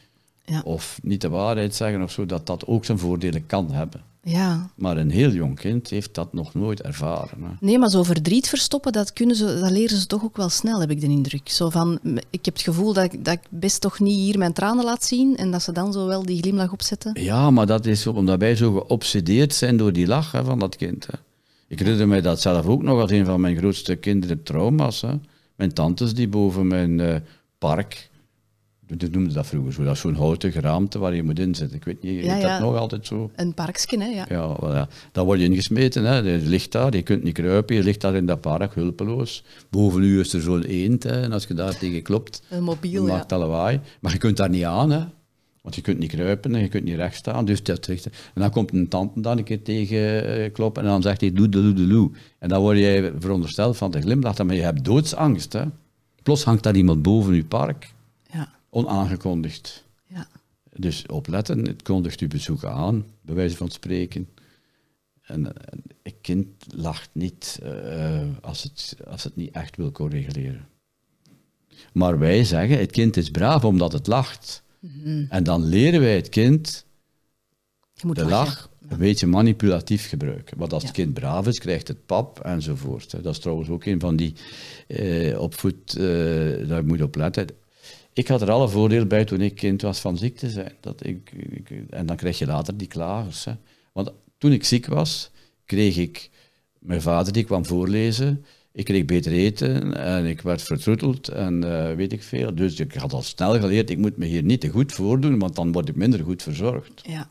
Ja.
of niet de waarheid zeggen of zo, dat dat ook zijn voordelen kan hebben.
Ja.
Maar een heel jong kind heeft dat nog nooit ervaren. Hè.
Nee, maar zo verdriet verstoppen, dat, kunnen ze, dat leren ze toch ook wel snel, heb ik de indruk. Zo van, ik heb het gevoel dat ik, dat ik best toch niet hier mijn tranen laat zien en dat ze dan zo wel die glimlach opzetten.
Ja, maar dat is ook omdat wij zo geobsedeerd zijn door die lach, hè, van dat kind. Hè. Ik herinner mij dat zelf ook nog als een van mijn grootste kinderen trauma's. Hè. Mijn tantes die boven mijn uh, park, dat noemde dat vroeger zo, dat is zo'n houten geraamte waar je moet inzitten. Ik weet niet,
Ja,
heet
ja.
dat nog altijd zo?
Een parksken, hè? Ja.
Ja, wel, ja. Dan word je ingesmeten, hè. Je ligt daar, je kunt niet kruipen, je ligt daar in dat park, hulpeloos. Boven u is er zo'n eend, hè. En als je daar tegen klopt,
Een mobiel,
dan maakt
ja.
dat lawaai. Maar je kunt daar niet aan, hè. Want je kunt niet kruipen en je kunt niet recht staan. Dus dat, en dan komt een tante dan een keer tegen uh, kloppen en dan zegt hij doe, doe, doe, doe. En dan word jij verondersteld van de glimlach, maar je hebt doodsangst, hè. Plots hangt daar iemand boven je park,
Ja.
onaangekondigd.
Ja.
Dus opletten, het kondigt uw bezoek aan, bij wijze van spreken. En, en een kind lacht niet uh, als, het, als het niet echt wil co-reguleren. Maar wij zeggen, het kind is braaf omdat het lacht. Mm-hmm. En dan leren wij het kind
Je moet
de
lachen.
lach een beetje manipulatief gebruiken. Want als
Ja.
het kind braaf is, krijgt het pap enzovoort. Dat is trouwens ook een van die uh, opvoed, uh, daar moet je op letten. Ik had er alle voordeel bij toen ik kind was van ziek te zijn. Dat ik, ik, en dan krijg je later die klagers. Hè. Want toen ik ziek was, kreeg ik mijn vader die kwam voorlezen. Ik kreeg beter eten en ik werd vertroeteld en uh, weet ik veel. Dus ik had al snel geleerd, ik moet me hier niet te goed voordoen, want dan word ik minder goed verzorgd.
Ja.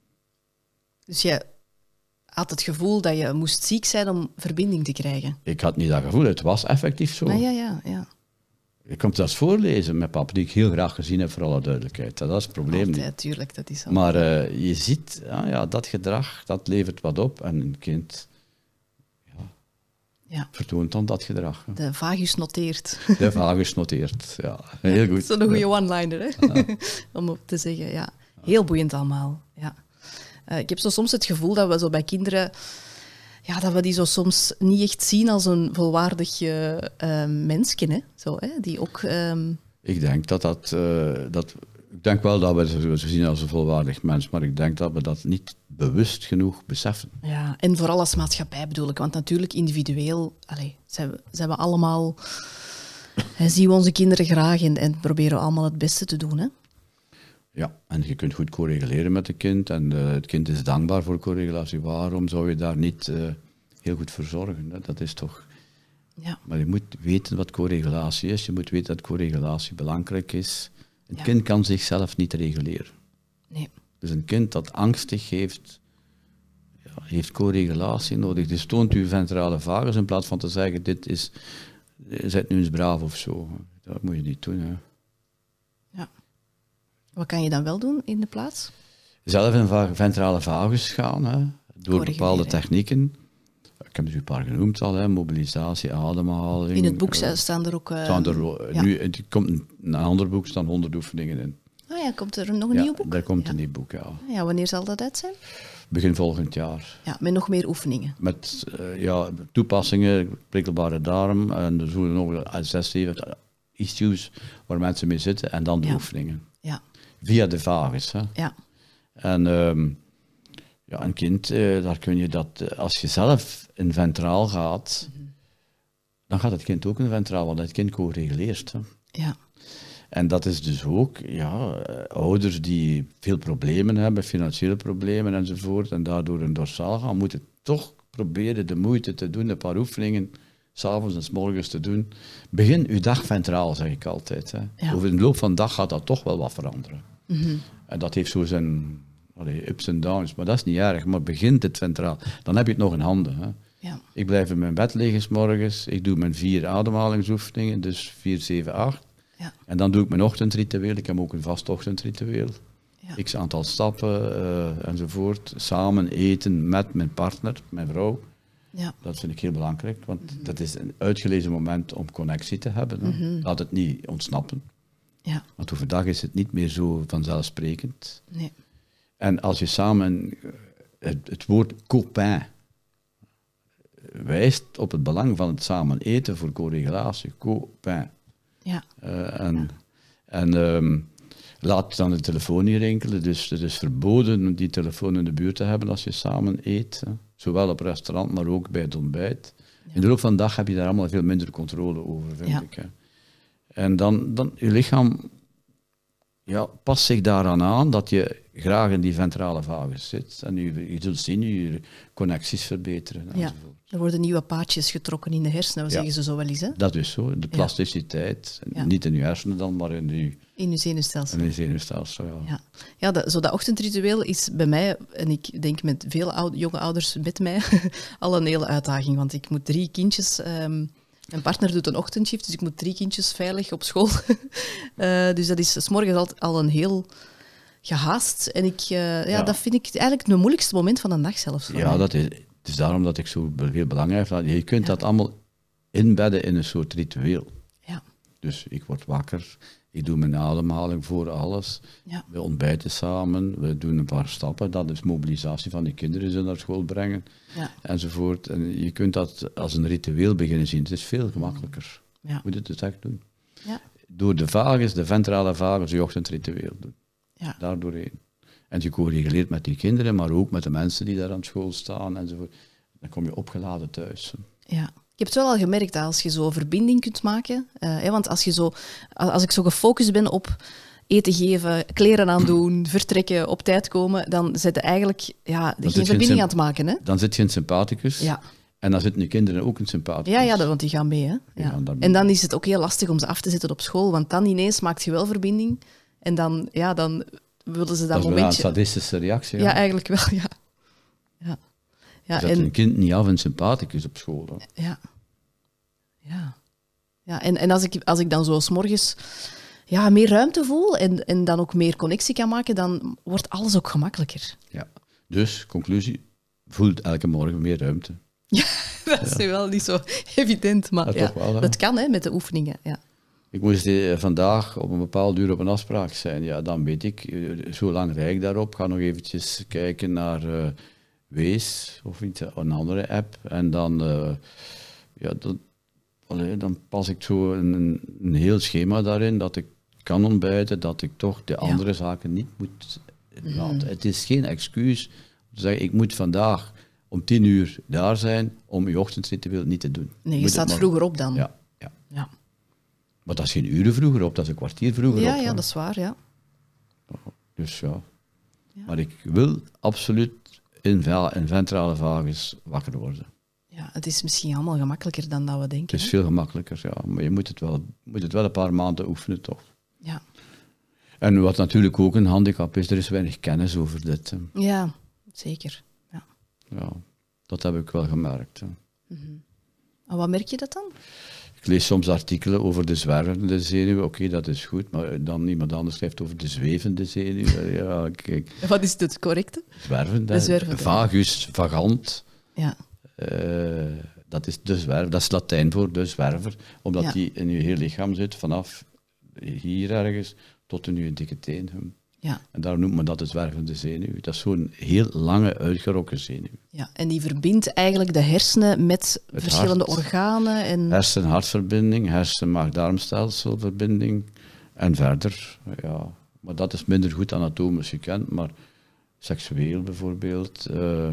Dus je had het gevoel dat je moest ziek zijn om verbinding te krijgen.
Ik had niet dat gevoel, het was effectief zo.
Maar ja, ja, ja.
Ik kon dat voorlezen met papa, die ik heel graag gezien heb, voor alle duidelijkheid. Dat is het probleem
Altijd,
niet.
tuurlijk, dat is al.
Maar uh, je ziet, ja, ja, dat gedrag, dat levert wat op. En een kind ja,
ja.
vertoont dan dat gedrag. Hè.
De vagus noteert.
De vagus noteert, ja. Heel goed.
Dat is een goede one-liner, hè? Ja. Om op te zeggen, ja. Heel boeiend allemaal, ja. Uh, ik heb zo soms het gevoel dat we zo bij kinderen... Ja, dat we die zo soms niet echt zien als een volwaardig uh, uh, mensje, hè? Zo, hè? Die ook... Um...
Ik denk dat dat, uh, dat... Ik denk wel dat we ze zien als een volwaardig mens, maar ik denk dat we dat niet bewust genoeg beseffen.
Ja, en vooral als maatschappij bedoel ik, want natuurlijk individueel allez, zijn, we, zijn we allemaal... Hè, zien we onze kinderen graag en, en proberen we allemaal het beste te doen, hè?
Ja, en je kunt goed co-reguleren met het kind en uh, het kind is dankbaar voor co-regulatie. Waarom zou je daar niet uh, heel goed voor zorgen? Hè? Dat is toch...
Ja.
Maar je moet weten wat co-regulatie is. Je moet weten dat co-regulatie belangrijk is. Een
ja.
kind kan zichzelf niet reguleren.
Nee.
Dus een kind dat angstig heeft, ja, heeft co-regulatie nodig. Dus toont uw ventrale vagus in plaats van te zeggen, dit is, zet nu eens braaf of zo. Dat moet je niet doen. Hè.
Ja. Wat kan je dan wel doen in de plaats?
Zelf in ventrale vagus gaan, hè, door bepaalde technieken. Ik heb er een paar genoemd al, hè, mobilisatie, ademhaling.
In het boek uh, staan er ook... Uh,
staan er, uh, ja. Nu, er komt een, een ander boek, staan honderd oefeningen in.
Ah ja, komt er nog een
ja,
nieuw boek?
Daar komt
ja.
een nieuw boek, ja.
ja. Wanneer zal dat uit zijn?
Begin volgend jaar.
Ja, met nog meer oefeningen.
Met uh, ja, toepassingen, prikkelbare darm, en er zullen nog zes, zeven issues waar mensen mee zitten, en dan de
ja.
oefeningen.
Ja.
Via de vagus. Hè.
Ja.
En um, ja, een kind, uh, daar kun je dat, uh, als je zelf in ventraal gaat, mm-hmm. dan gaat het kind ook in ventraal, want het kind co-reguleert. Hè.
Ja.
En dat is dus ook, ja, ouders die veel problemen hebben, financiële problemen enzovoort, en daardoor in dorsaal gaan, moeten toch proberen de moeite te doen, een paar oefeningen, s'avonds en 's morgens te doen. Begin uw dag ventraal, zeg ik altijd. Hè.
Ja.
Over in de loop van de dag gaat dat toch wel wat veranderen.
Mm-hmm.
En dat heeft zo zijn allee, ups en downs, maar dat is niet erg. Maar begint het ventraal, dan heb je het nog in handen. Hè.
Ja.
Ik blijf in mijn bed liggen 's morgens, ik doe mijn vier ademhalingsoefeningen, dus vier, zeven, acht.
Ja.
En dan doe ik mijn ochtendritueel, ik heb ook een vast ochtendritueel. Ja. X aantal stappen uh, enzovoort. Samen eten met mijn partner, mijn vrouw.
Ja.
Dat vind ik heel belangrijk, want mm-hmm. dat is een uitgelezen moment om connectie te hebben.
Mm-hmm.
Laat het niet ontsnappen.
Ja.
Want overdag is het niet meer zo vanzelfsprekend.
Nee.
En als je samen, het, het woord copain wijst op het belang van het samen eten voor co-regulatie. Copain.
Ja.
Uh, en
ja.
en um, laat dan de telefoon niet rinkelen. Dus het is verboden om die telefoon in de buurt te hebben als je samen eet. Hè. Zowel op restaurant, maar ook bij het ontbijt. Ja. In de loop van de dag heb je daar allemaal veel minder controle over, vind ja. ik. Hè. En dan, dan je lichaam ja, past zich daaraan aan dat je graag in die ventrale vagus zit. En je, je zult zien je connecties verbeteren.
Ja. Er worden nieuwe paadjes getrokken in de hersenen, zeggen ja. ze zo wel eens. Hè?
Dat is zo, de plasticiteit. Ja. Niet in je hersenen dan, maar in je,
in je zenuwstelsel.
In je zenuwstelsel, ja.
Ja, ja dat, zo dat ochtendritueel is bij mij, en ik denk met veel oude, jonge ouders met mij, al een hele uitdaging. Want ik moet drie kindjes... Um, mijn partner doet een ochtendshift, dus ik moet drie kindjes veilig op school. uh, dus dat is 's morgens al, al een heel gehaast. En ik, uh, ja, ja. dat vind ik eigenlijk het moeilijkste moment van de dag zelfs.
Ja, mij. dat is, het is daarom dat ik zo heel belangrijk vind. Je kunt ja. dat allemaal inbedden in een soort ritueel.
Ja.
Dus ik word wakker, ik doe mijn ademhaling voor alles.
Ja.
We ontbijten samen, we doen een paar stappen. Dat is mobilisatie van de kinderen, ze naar school brengen,
ja.
enzovoort. En je kunt dat als een ritueel beginnen zien. Het is veel gemakkelijker.
Ja.
Moet je het echt doen.
Ja.
Door de vagus, de ventrale vagus, je ochtendritueel doen.
Ja.
Daardoorheen. En je co-reguleert met die kinderen, maar ook met de mensen die daar aan school staan, enzovoort. Dan kom je opgeladen thuis.
Ja. Ik heb het wel al gemerkt dat als je zo verbinding kunt maken, uh, hè, want als, je zo, als ik zo gefocust ben op eten geven, kleren aandoen, vertrekken, op tijd komen, dan zit je eigenlijk ja, geen verbinding aan het maken. Hè?
Dan zit je in sympathicus.
Ja.
En dan zitten de kinderen ook in sympathicus.
Ja, ja, want die gaan mee. Hè? Ja.
Gaan
en dan is het ook heel lastig om ze af te zetten op school, want dan ineens maakt je wel verbinding. En dan, ja, dan willen ze dat,
dat
momentje...
Dat is een sadistische reactie.
Ja, ja eigenlijk wel, ja. ja.
ja Zet en... een kind niet af in sympathicus op school. Hè?
Ja. Ja. ja en, en als, ik, als ik dan zo 's morgens ja, meer ruimte voel en, en dan ook meer connectie kan maken, dan wordt alles ook gemakkelijker.
Ja. Dus, conclusie, voelt elke morgen meer ruimte.
Ja, dat is ja. wel niet zo evident, maar ja,
ja, wel, hè?
dat kan hè, met de oefeningen. Ja.
Ik moest uh, vandaag op een bepaald uur op een afspraak zijn. Ja, dan weet ik, uh, zo lang rijd ik daarop. Ga nog eventjes kijken naar uh, Wees of iets, een andere app. En dan, uh, ja, dat, allee, dan pas ik zo een, een heel schema daarin, dat ik kan ontbijten, dat ik toch de andere ja. zaken niet moet laten. Mm. Het is geen excuus om te zeggen, ik moet vandaag om tien uur daar zijn om je ochtendritueel niet te doen.
Nee, je
moet
staat vroeger op dan.
Ja, ja.
ja.
Maar dat is geen uren vroeger op, dat is een kwartier vroeger
ja,
op.
Ja, dat is waar, ja.
Dus ja. ja. Maar ik wil absoluut in, in ventrale vagus wakker worden.
Ja, het is misschien allemaal gemakkelijker dan dat we denken.
Het is veel gemakkelijker, ja. Maar je moet het wel, moet het wel een paar maanden oefenen, toch?
Ja.
En wat natuurlijk ook een handicap is, er is weinig kennis over dit. Hè.
Ja, zeker. Ja.
Ja, dat heb ik wel gemerkt. Hè.
Mm-hmm. En wat merk je dat dan?
Ik lees soms artikelen over de zwervende zenuw. Oké, okay, dat is goed, maar dan iemand anders schrijft over de zwevende zenuw. Ja, kijk.
Wat is het correcte?
Zwervende.
De zwervende.
Vagus, vagant.
Ja.
Uh, dat is de zwerver, dat is Latijn voor de zwerver, omdat ja. die in je heel lichaam zit, vanaf hier ergens tot in je dikke teen.
Ja.
En daarom noemt men dat de zwervende zenuw. Dat is zo'n heel lange, uitgerokken zenuw.
Ja, en die verbindt eigenlijk de hersenen met het verschillende hart, organen. En...
hersen-hartverbinding, hersen-maag-darmstelselverbinding en verder. Ja. Maar dat is minder goed anatomisch gekend, maar seksueel bijvoorbeeld. Uh,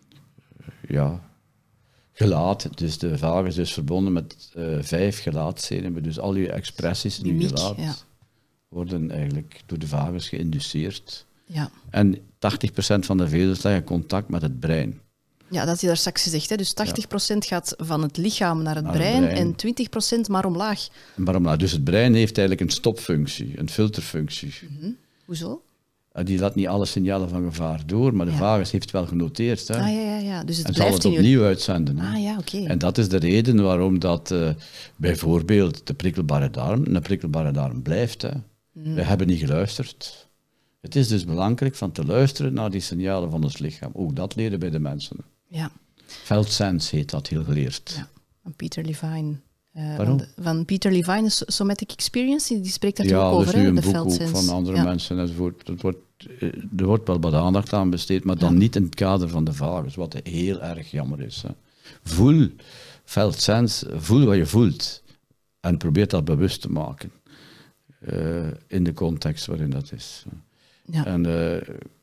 ja... Gelaat, dus de vagus is verbonden met uh, vijf gelaatzenuwen, dus al je expressies in je gelaat
ja.
worden eigenlijk door de vagus geïnduceerd.
Ja.
En tachtig procent van de vezels leggen contact met het brein.
Ja, dat had je daar straks gezegd, hè? Dus tachtig procent ja. gaat van het lichaam naar het, naar brein, het brein en twintig procent maar omlaag.
Maar omlaag. Dus het brein heeft eigenlijk een stopfunctie, een filterfunctie.
Mm-hmm. Hoezo?
Die laat niet alle signalen van gevaar door, maar de ja. vagus heeft wel genoteerd. Hè.
Ah, ja, ja, ja. Dus het
en
blijft
zal het opnieuw
je...
uitzenden.
Ah, ja, okay.
En dat is de reden waarom dat uh, bijvoorbeeld de prikkelbare darm een prikkelbare darm blijft. Hè. Mm. We hebben niet geluisterd. Het is dus belangrijk van te luisteren naar die signalen van ons lichaam. Ook dat leren bij de mensen.
Ja.
Felt sense heet dat heel geleerd.
Ja, van Peter Levine. Uh, van, de, van Peter Levine, Somatic Experience, die spreekt daar
ja,
ook over.
Ja, dat is nu
hè?
een
de
boek ook van andere ja. mensen enzovoort. Het wordt, er wordt wel wat aandacht aan besteed, maar dan ja. niet in het kader van de vagus, wat heel erg jammer is. Hè. Voel, felt sense, voel wat je voelt en probeer dat bewust te maken. uh, in de context waarin dat is. Ja. En uh,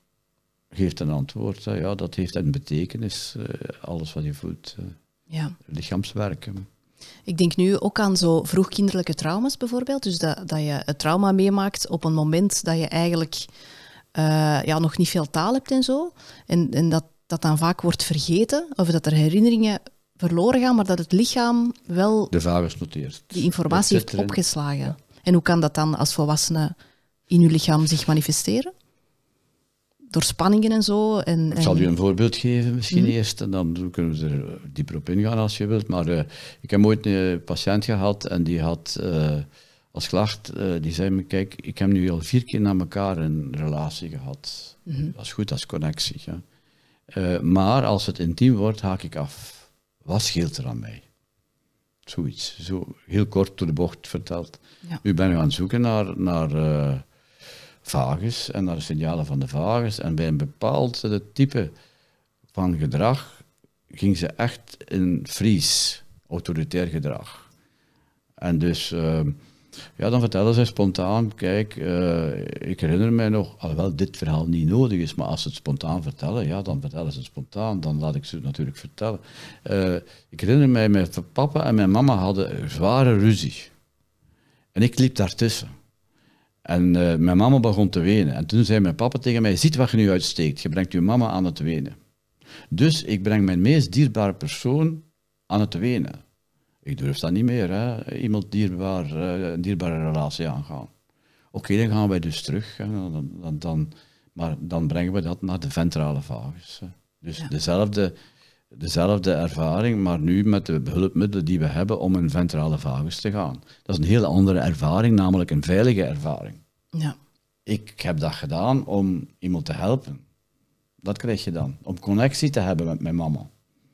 geeft een antwoord. Hè. Ja, dat heeft een betekenis, uh, alles wat je voelt. Uh, ja. Lichaamswerken.
Ik denk nu ook aan zo vroegkinderlijke trauma's bijvoorbeeld. Dus dat, dat je het trauma meemaakt op een moment dat je eigenlijk uh, ja, nog niet veel taal hebt en zo. En, en dat dat dan vaak wordt vergeten, of dat er herinneringen verloren gaan, maar dat het lichaam wel
de vagus noteert.
Die informatie heeft erin opgeslagen. Ja. En hoe kan dat dan als volwassene in je lichaam zich manifesteren? Door spanningen en zo? En,
Ik zal u een voorbeeld geven misschien mm. eerst, en dan kunnen we er dieper op ingaan als je wilt. Maar uh, ik heb ooit een patiënt gehad en die had uh, als klacht, uh, die zei me, kijk, ik heb nu al vier keer na elkaar een relatie gehad. Mm-hmm. Dat is goed, dat is connectie. Ja. Uh, maar als het intiem wordt, haak ik af. Wat scheelt er aan mij? Zoiets, zo heel kort door de bocht verteld. Ja. Nu ben ik aan het zoeken naar, naar uh, vagus en naar de signalen van de vagus. En bij een bepaald uh, type van gedrag ging ze echt in vries, autoritair gedrag. En dus, uh, ja, dan vertellen ze spontaan, kijk, uh, ik herinner mij nog, alhoewel dit verhaal niet nodig is, maar als ze het spontaan vertellen, ja, dan vertellen ze het spontaan, dan laat ik ze het natuurlijk vertellen. Uh, ik herinner mij, mijn papa en mijn mama hadden een zware ruzie. En ik liep daartussen. En uh, mijn mama begon te wenen. En toen zei mijn papa tegen mij, ziet wat je nu uitsteekt, je brengt je mama aan het wenen. Dus ik breng mijn meest dierbare persoon aan het wenen. Ik durf dat niet meer, hè. Iemand dierbaar, uh, een dierbare relatie aangaan. Oké, okay, dan gaan wij dus terug. Hè. Dan, dan, dan, maar dan brengen we dat naar de ventrale vagus. Hè. Dus ja. dezelfde, dezelfde ervaring, maar nu met de hulpmiddelen die we hebben om een ventrale vagus te gaan. Dat is een hele andere ervaring, namelijk een veilige ervaring.
Ja.
Ik heb dat gedaan om iemand te helpen. Dat krijg je dan. Om connectie te hebben met mijn mama.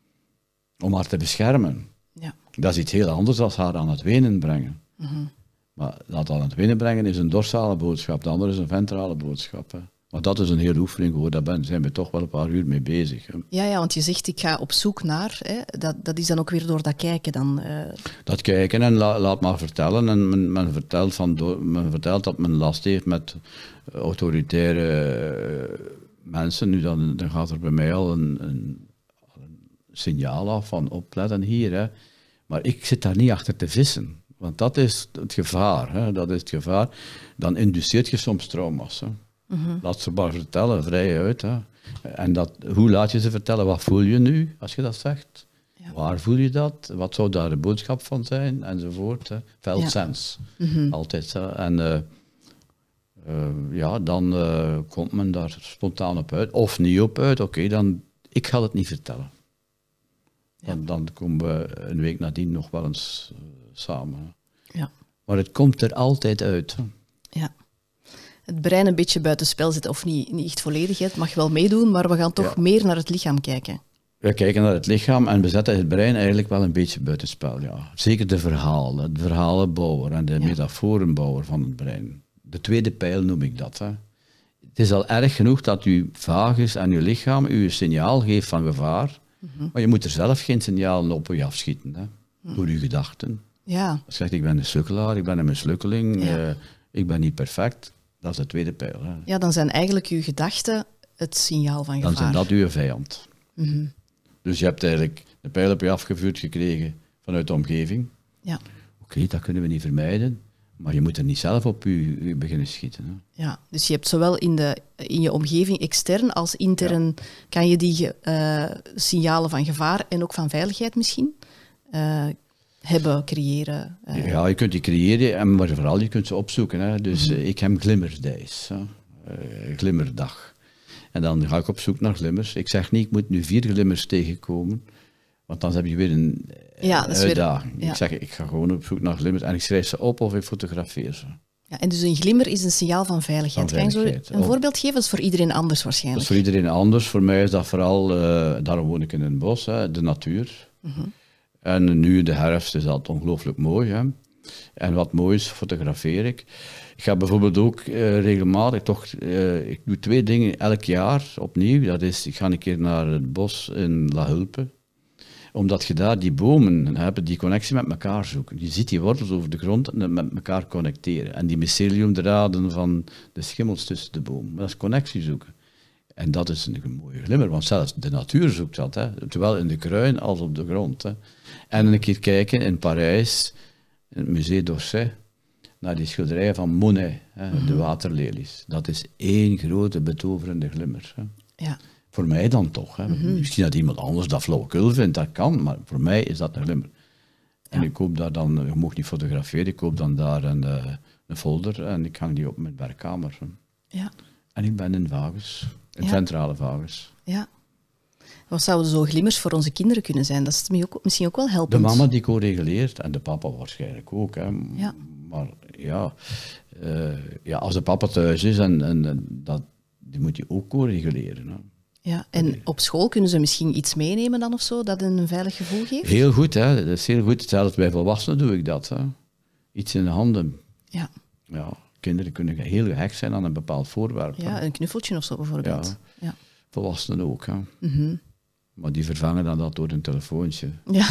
Om haar te beschermen.
Ja.
Dat is iets heel anders dan haar aan het wenen brengen.
Mm-hmm.
Maar dat aan het wenen brengen is een dorsale boodschap, de andere is een ventrale boodschap. Hè. Maar dat is een hele oefening, hoor. Daar ben, zijn we toch wel een paar uur mee bezig. Hè.
Ja, ja, want je zegt, ik ga op zoek naar, hè. Dat, dat is dan ook weer door dat kijken dan. Uh...
Dat kijken en la, laat maar vertellen. En men, men, vertelt van do, men vertelt dat men last heeft met autoritaire uh, mensen. Nu dan, dan gaat er bij mij al een, een, een signaal af van opletten hier, hè. Maar ik zit daar niet achter te vissen. Want dat is het gevaar. Hè. Dat is het gevaar. Dan induceert je soms trauma's. Hè.
Mm-hmm.
Laat ze maar vertellen, vrij uit. Hè. En dat, hoe laat je ze vertellen? Wat voel je nu, als je dat zegt? Ja. Waar voel je dat? Wat zou daar de boodschap van zijn? Enzovoort. Hè. Felt ja. sense.
Mm-hmm.
Altijd. Hè. En uh, uh, ja, dan uh, komt men daar spontaan op uit. Of niet op uit. Oké, okay, dan... Ik ga het niet vertellen. Dan, ja. dan komen we een week nadien nog wel eens uh, samen.
Ja.
Maar het komt er altijd uit. Hè.
Ja. Het brein een beetje buitenspel zetten, of niet, niet echt volledig. Het mag wel meedoen, maar we gaan toch ja. meer naar het lichaam kijken.
We kijken naar het lichaam en we zetten het brein eigenlijk wel een beetje buitenspel. Ja. Zeker de verhalen, de verhalenbouwer en de ja. metaforenbouwer van het brein. De tweede pijl noem ik dat. Hè. Het is al erg genoeg dat uw vagus en uw lichaam u een signaal geeft van gevaar. Mm-hmm. Maar je moet er zelf geen signalen op je afschieten, hè, mm. door je gedachten.
Ja.
Als je zegt, ik ben een sukkelaar, ik ben een mislukkeling, ja. uh, ik ben niet perfect, dat is de tweede pijl. Hè.
Ja, dan zijn eigenlijk je gedachten het signaal van gevaar.
Dan zijn dat uw vijand.
Mm-hmm.
Dus je hebt eigenlijk de pijl op je afgevuurd gekregen vanuit de omgeving.
Ja.
Oké, okay, dat kunnen we niet vermijden, maar je moet er niet zelf op je, je beginnen schieten. Hè.
Ja, dus je hebt zowel in, de, in je omgeving extern als intern, ja. kan je die uh, signalen van gevaar en ook van veiligheid misschien uh, hebben, creëren. Uh.
Ja, je kunt die creëren, en maar vooral je kunt ze opzoeken. Hè. Dus mm-hmm. uh, ik heb glimmerdays, uh, glimmerdag. En dan ga ik op zoek naar glimmers. Ik zeg niet, ik moet nu vier glimmers tegenkomen, want dan heb je weer een
ja, dat is
uitdaging.
Weer, ja.
Ik zeg, ik ga gewoon op zoek naar glimmers en ik schrijf ze op of ik fotografeer ze.
Ja, en dus een glimmer is een signaal van veiligheid. Van veiligheid. Kan je zo een oh. voorbeeld geven? Dat is voor iedereen anders waarschijnlijk.
Dat is voor iedereen anders. Voor mij is dat vooral, uh, daarom woon ik in een bos, hè, de natuur.
Mm-hmm.
En nu in de herfst is dat ongelooflijk mooi. Hè. En wat mooi is, fotografeer ik. Ik ga bijvoorbeeld ook uh, regelmatig, toch, uh, ik doe twee dingen elk jaar opnieuw. Dat is, ik ga een keer naar het bos in La Hulpe. Omdat je daar die bomen hebt, die connectie met elkaar zoeken. Je ziet die wortels over de grond en met elkaar connecteren. En die myceliumdraden van de schimmels tussen de bomen. Dat is connectie zoeken. En dat is een mooie glimmer, want zelfs de natuur zoekt dat. Hè. Zowel in de kruin als op de grond. Hè. En een keer kijken in Parijs, in het Musée d'Orsay, naar die schilderijen van Monet, hè, mm-hmm. de waterlelies. Dat is één grote betoverende glimmer. Hè.
Ja.
Voor mij dan toch. Hè. Mm-hmm. Misschien dat iemand anders dat flauwekul vindt, dat kan, maar voor mij is dat een glimmer. En ja. ik koop daar dan, je mag niet fotograferen, ik koop dan daar een, een folder en ik hang die op mijn werkkamer. Hè.
Ja.
En ik ben in Vages, in ja. centrale Vages.
Ja. Wat zouden zo glimmers voor onze kinderen kunnen zijn? Dat is misschien ook wel helpend.
De mama die co-reguleert en de papa waarschijnlijk ook. Hè.
Ja.
Maar ja, uh, ja, als de papa thuis is, en, en, en dat, die moet je ook co-reguleren. Hè.
Ja, en op school kunnen ze misschien iets meenemen dan of zo, dat een veilig gevoel geeft?
Heel goed, hè. Dat is heel goed. Zelfs bij volwassenen doe ik dat. Hè. Iets in de handen.
Ja.
Ja, kinderen kunnen heel gehecht zijn aan een bepaald voorwerp.
Ja, hè. Een knuffeltje of zo bijvoorbeeld.
Ja,
ja.
Volwassenen ook. Hè.
Mm-hmm.
Maar die vervangen dan dat door een telefoontje.
Ja.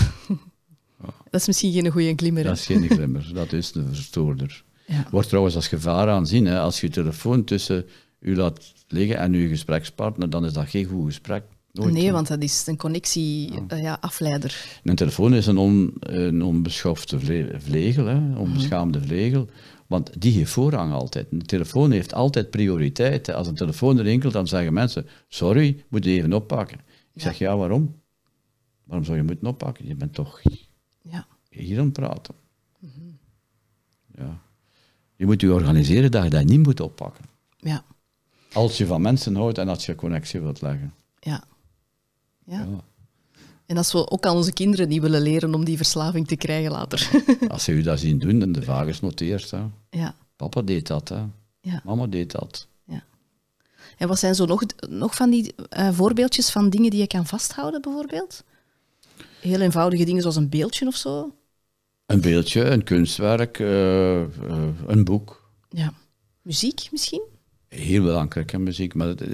Ja. Dat is misschien geen goede glimmer.
Dat is geen glimmer, dat is een verstoorder.
Ja.
Wordt trouwens als gevaar aanzien. Hè. Als je je telefoon tussen u laat liggen en uw gesprekspartner, dan is dat geen goed gesprek. Nooit,
nee,
hè.
want dat is een connectie, ja. Uh, ja, afleider.
Een telefoon is een, on, een onbeschofte vlegel, hè, onbeschaamde vlegel. Want die heeft voorrang altijd. Een telefoon heeft altijd prioriteit. Als een telefoon rinkelt, dan zeggen mensen, sorry, moet je even oppakken. Ik zeg, ja, waarom? Waarom zou je moeten oppakken? Je bent toch
ja.
hier aan het praten. Mm-hmm. Ja. Je moet je organiseren dat je dat niet moet oppakken.
Ja.
Als je van mensen houdt en als je connectie wilt leggen.
Ja. Ja.
Ja.
En als we ook aan onze kinderen niet willen leren om die verslaving te krijgen later.
Als ze u dat zien doen, dan de Vages noteert. Hè.
Ja.
Papa deed dat. Hè.
Ja.
Mama deed dat.
Ja. En wat zijn zo nog, nog van die uh, voorbeeldjes van dingen die je kan vasthouden, bijvoorbeeld? Heel eenvoudige dingen zoals een beeldje of zo?
Een beeldje, een kunstwerk, uh, uh, een boek.
Ja. Muziek misschien?
Heel belangrijk, hè, muziek. Maar uh,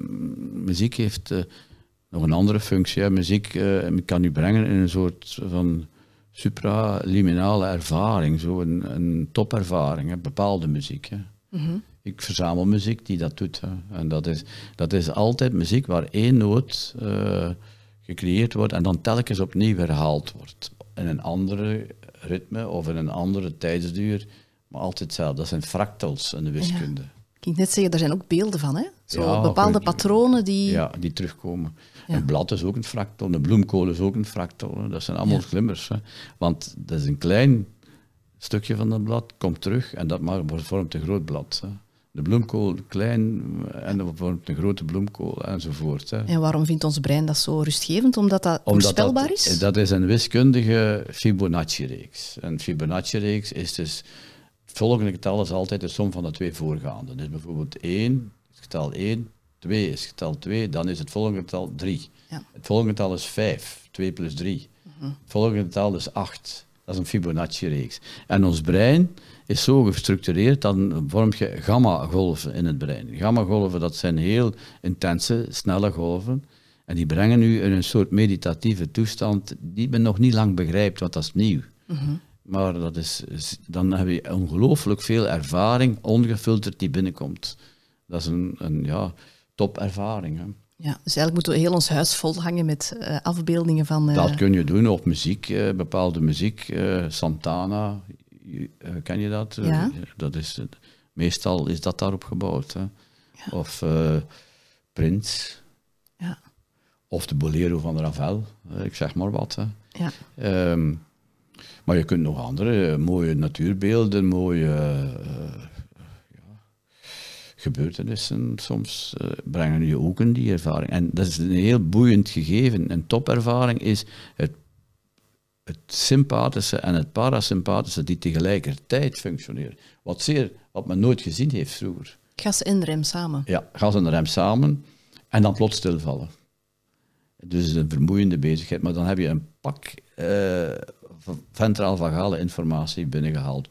muziek heeft uh, nog een andere functie. Hè. Muziek uh, kan u brengen in een soort van supraliminale ervaring, zo een, een topervaring, hè, bepaalde muziek. Hè.
Mm-hmm.
Ik verzamel muziek die dat doet. Hè. En dat is, dat is altijd muziek waar één noot uh, gecreëerd wordt en dan telkens opnieuw herhaald wordt. In een andere ritme of in een andere tijdsduur, maar altijd hetzelfde. Dat zijn fractals in de wiskunde.
Ja. Ik kan net zeggen, er zijn ook beelden van, hè? Zo
ja,
bepaalde
je,
patronen die...
Ja, die terugkomen.
Ja.
Een blad is ook een fractal, een bloemkool is ook een fractal. Hè. Dat zijn allemaal ja. glimmers. Hè. Want dat is een klein stukje van dat blad, komt terug en dat vormt een groot blad. Hè. De bloemkool klein en dat vormt een grote bloemkool enzovoort. Hè.
En waarom vindt ons brein dat zo rustgevend? Omdat dat Omdat voorspelbaar
dat,
is?
Dat is een wiskundige Fibonacci-reeks. Een Fibonacci-reeks is dus... Het volgende getal is altijd de som van de twee voorgaande. Dus bijvoorbeeld één is getal één, twee is getal twee, dan is het volgende getal drie. Ja. Het volgende getal is vijf, twee plus drie. Uh-huh. Het volgende getal is acht. Dat is een Fibonacci-reeks. En ons brein is zo gestructureerd, dan vorm je gamma-golven in het brein. Gamma-golven, dat zijn heel intense, snelle golven. En die brengen u in een soort meditatieve toestand die men nog niet lang begrijpt, want dat is nieuw. Uh-huh. Maar dat is, is, dan heb je ongelooflijk veel ervaring, ongefilterd, die binnenkomt. Dat is een, een ja, topervaring. Hè.
Ja, dus eigenlijk moeten we heel ons huis vol hangen met uh, afbeeldingen van... Uh...
Dat kun je doen op muziek, uh, bepaalde muziek. Uh, Santana, uh, ken je dat?
Ja.
Uh, dat is, uh, meestal is dat daarop gebouwd. Hè. Ja. Of uh, Prince.
Ja.
Of de Bolero van Ravel, uh, ik zeg maar wat. Hè.
Ja.
Um, Maar je kunt nog andere uh, mooie natuurbeelden, mooie uh, ja, gebeurtenissen soms uh, brengen je ook in die ervaring. En dat is een heel boeiend gegeven. Een topervaring is het, het sympathische en het parasympathische die tegelijkertijd functioneren. Wat, zeer, wat men nooit gezien heeft vroeger.
Gas en rem samen.
Ja, gas en rem samen en dan plots stilvallen. Dus een vermoeiende bezigheid, maar dan heb je een pak... Uh, ventraal-vagale informatie binnengehaald.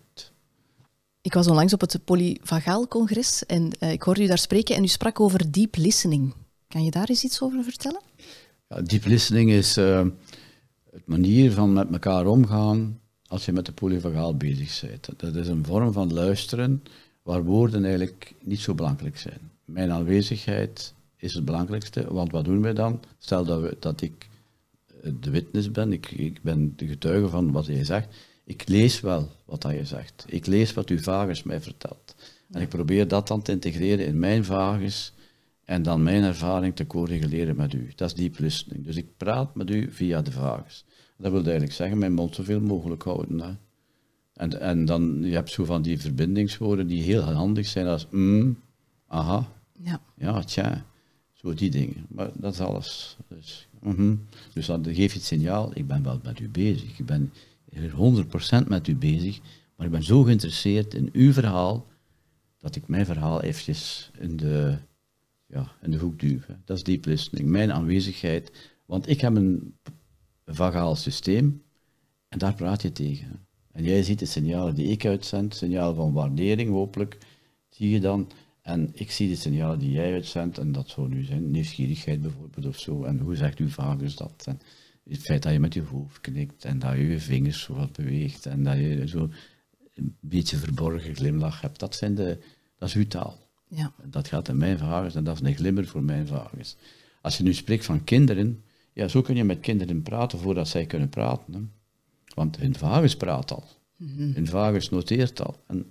Ik was onlangs op het Polyvagaal-congres en uh, ik hoorde u daar spreken en u sprak over deep listening. Kan je daar eens iets over vertellen?
Ja, deep listening is uh, het manier van met elkaar omgaan als je met de polyvagaal bezig bent. Dat is een vorm van luisteren waar woorden eigenlijk niet zo belangrijk zijn. Mijn aanwezigheid is het belangrijkste, want wat doen wij dan? Stel dat, we, dat ik de witness ben, ik, ik ben de getuige van wat jij zegt. Ik lees wel wat dat je zegt. Ik lees wat uw vagus mij vertelt. En ik probeer dat dan te integreren in mijn vagus en dan mijn ervaring te co-reguleren met u. Dat is deep listening. Dus ik praat met u via de vagus. Dat wil eigenlijk zeggen, mijn mond zoveel mogelijk houden. Hè. En, en dan, je hebt zo van die verbindingswoorden die heel handig zijn als mm, aha,
ja,
ja tja, zo die dingen. Maar dat is alles. Dus, mm-hmm. dus dan geef je het signaal, ik ben wel met u bezig. Ik ben honderd procent met u bezig, maar ik ben zo geïnteresseerd in uw verhaal, dat ik mijn verhaal eventjes in de, ja, in de hoek duw. Hè. Dat is deep listening, mijn aanwezigheid. Want ik heb een vagaal systeem en daar praat je tegen. En jij ziet de signalen die ik uitzend, signalen van waardering hopelijk, zie je dan. En ik zie de signalen die jij uitzendt, en dat zou nu zijn, nieuwsgierigheid bijvoorbeeld of zo. En hoe zegt uw vagus dat? En het feit dat je met je hoofd knikt en dat je je vingers zo wat beweegt en dat je zo een beetje verborgen glimlach hebt, dat, zijn de, dat is uw taal.
Ja.
Dat gaat in mijn vagus en dat is een glimmer voor mijn vagus. Als je nu spreekt van kinderen, ja, zo kun je met kinderen praten voordat zij kunnen praten. Hè. Want hun vagus praat al. Mm-hmm. Hun vagus noteert al. En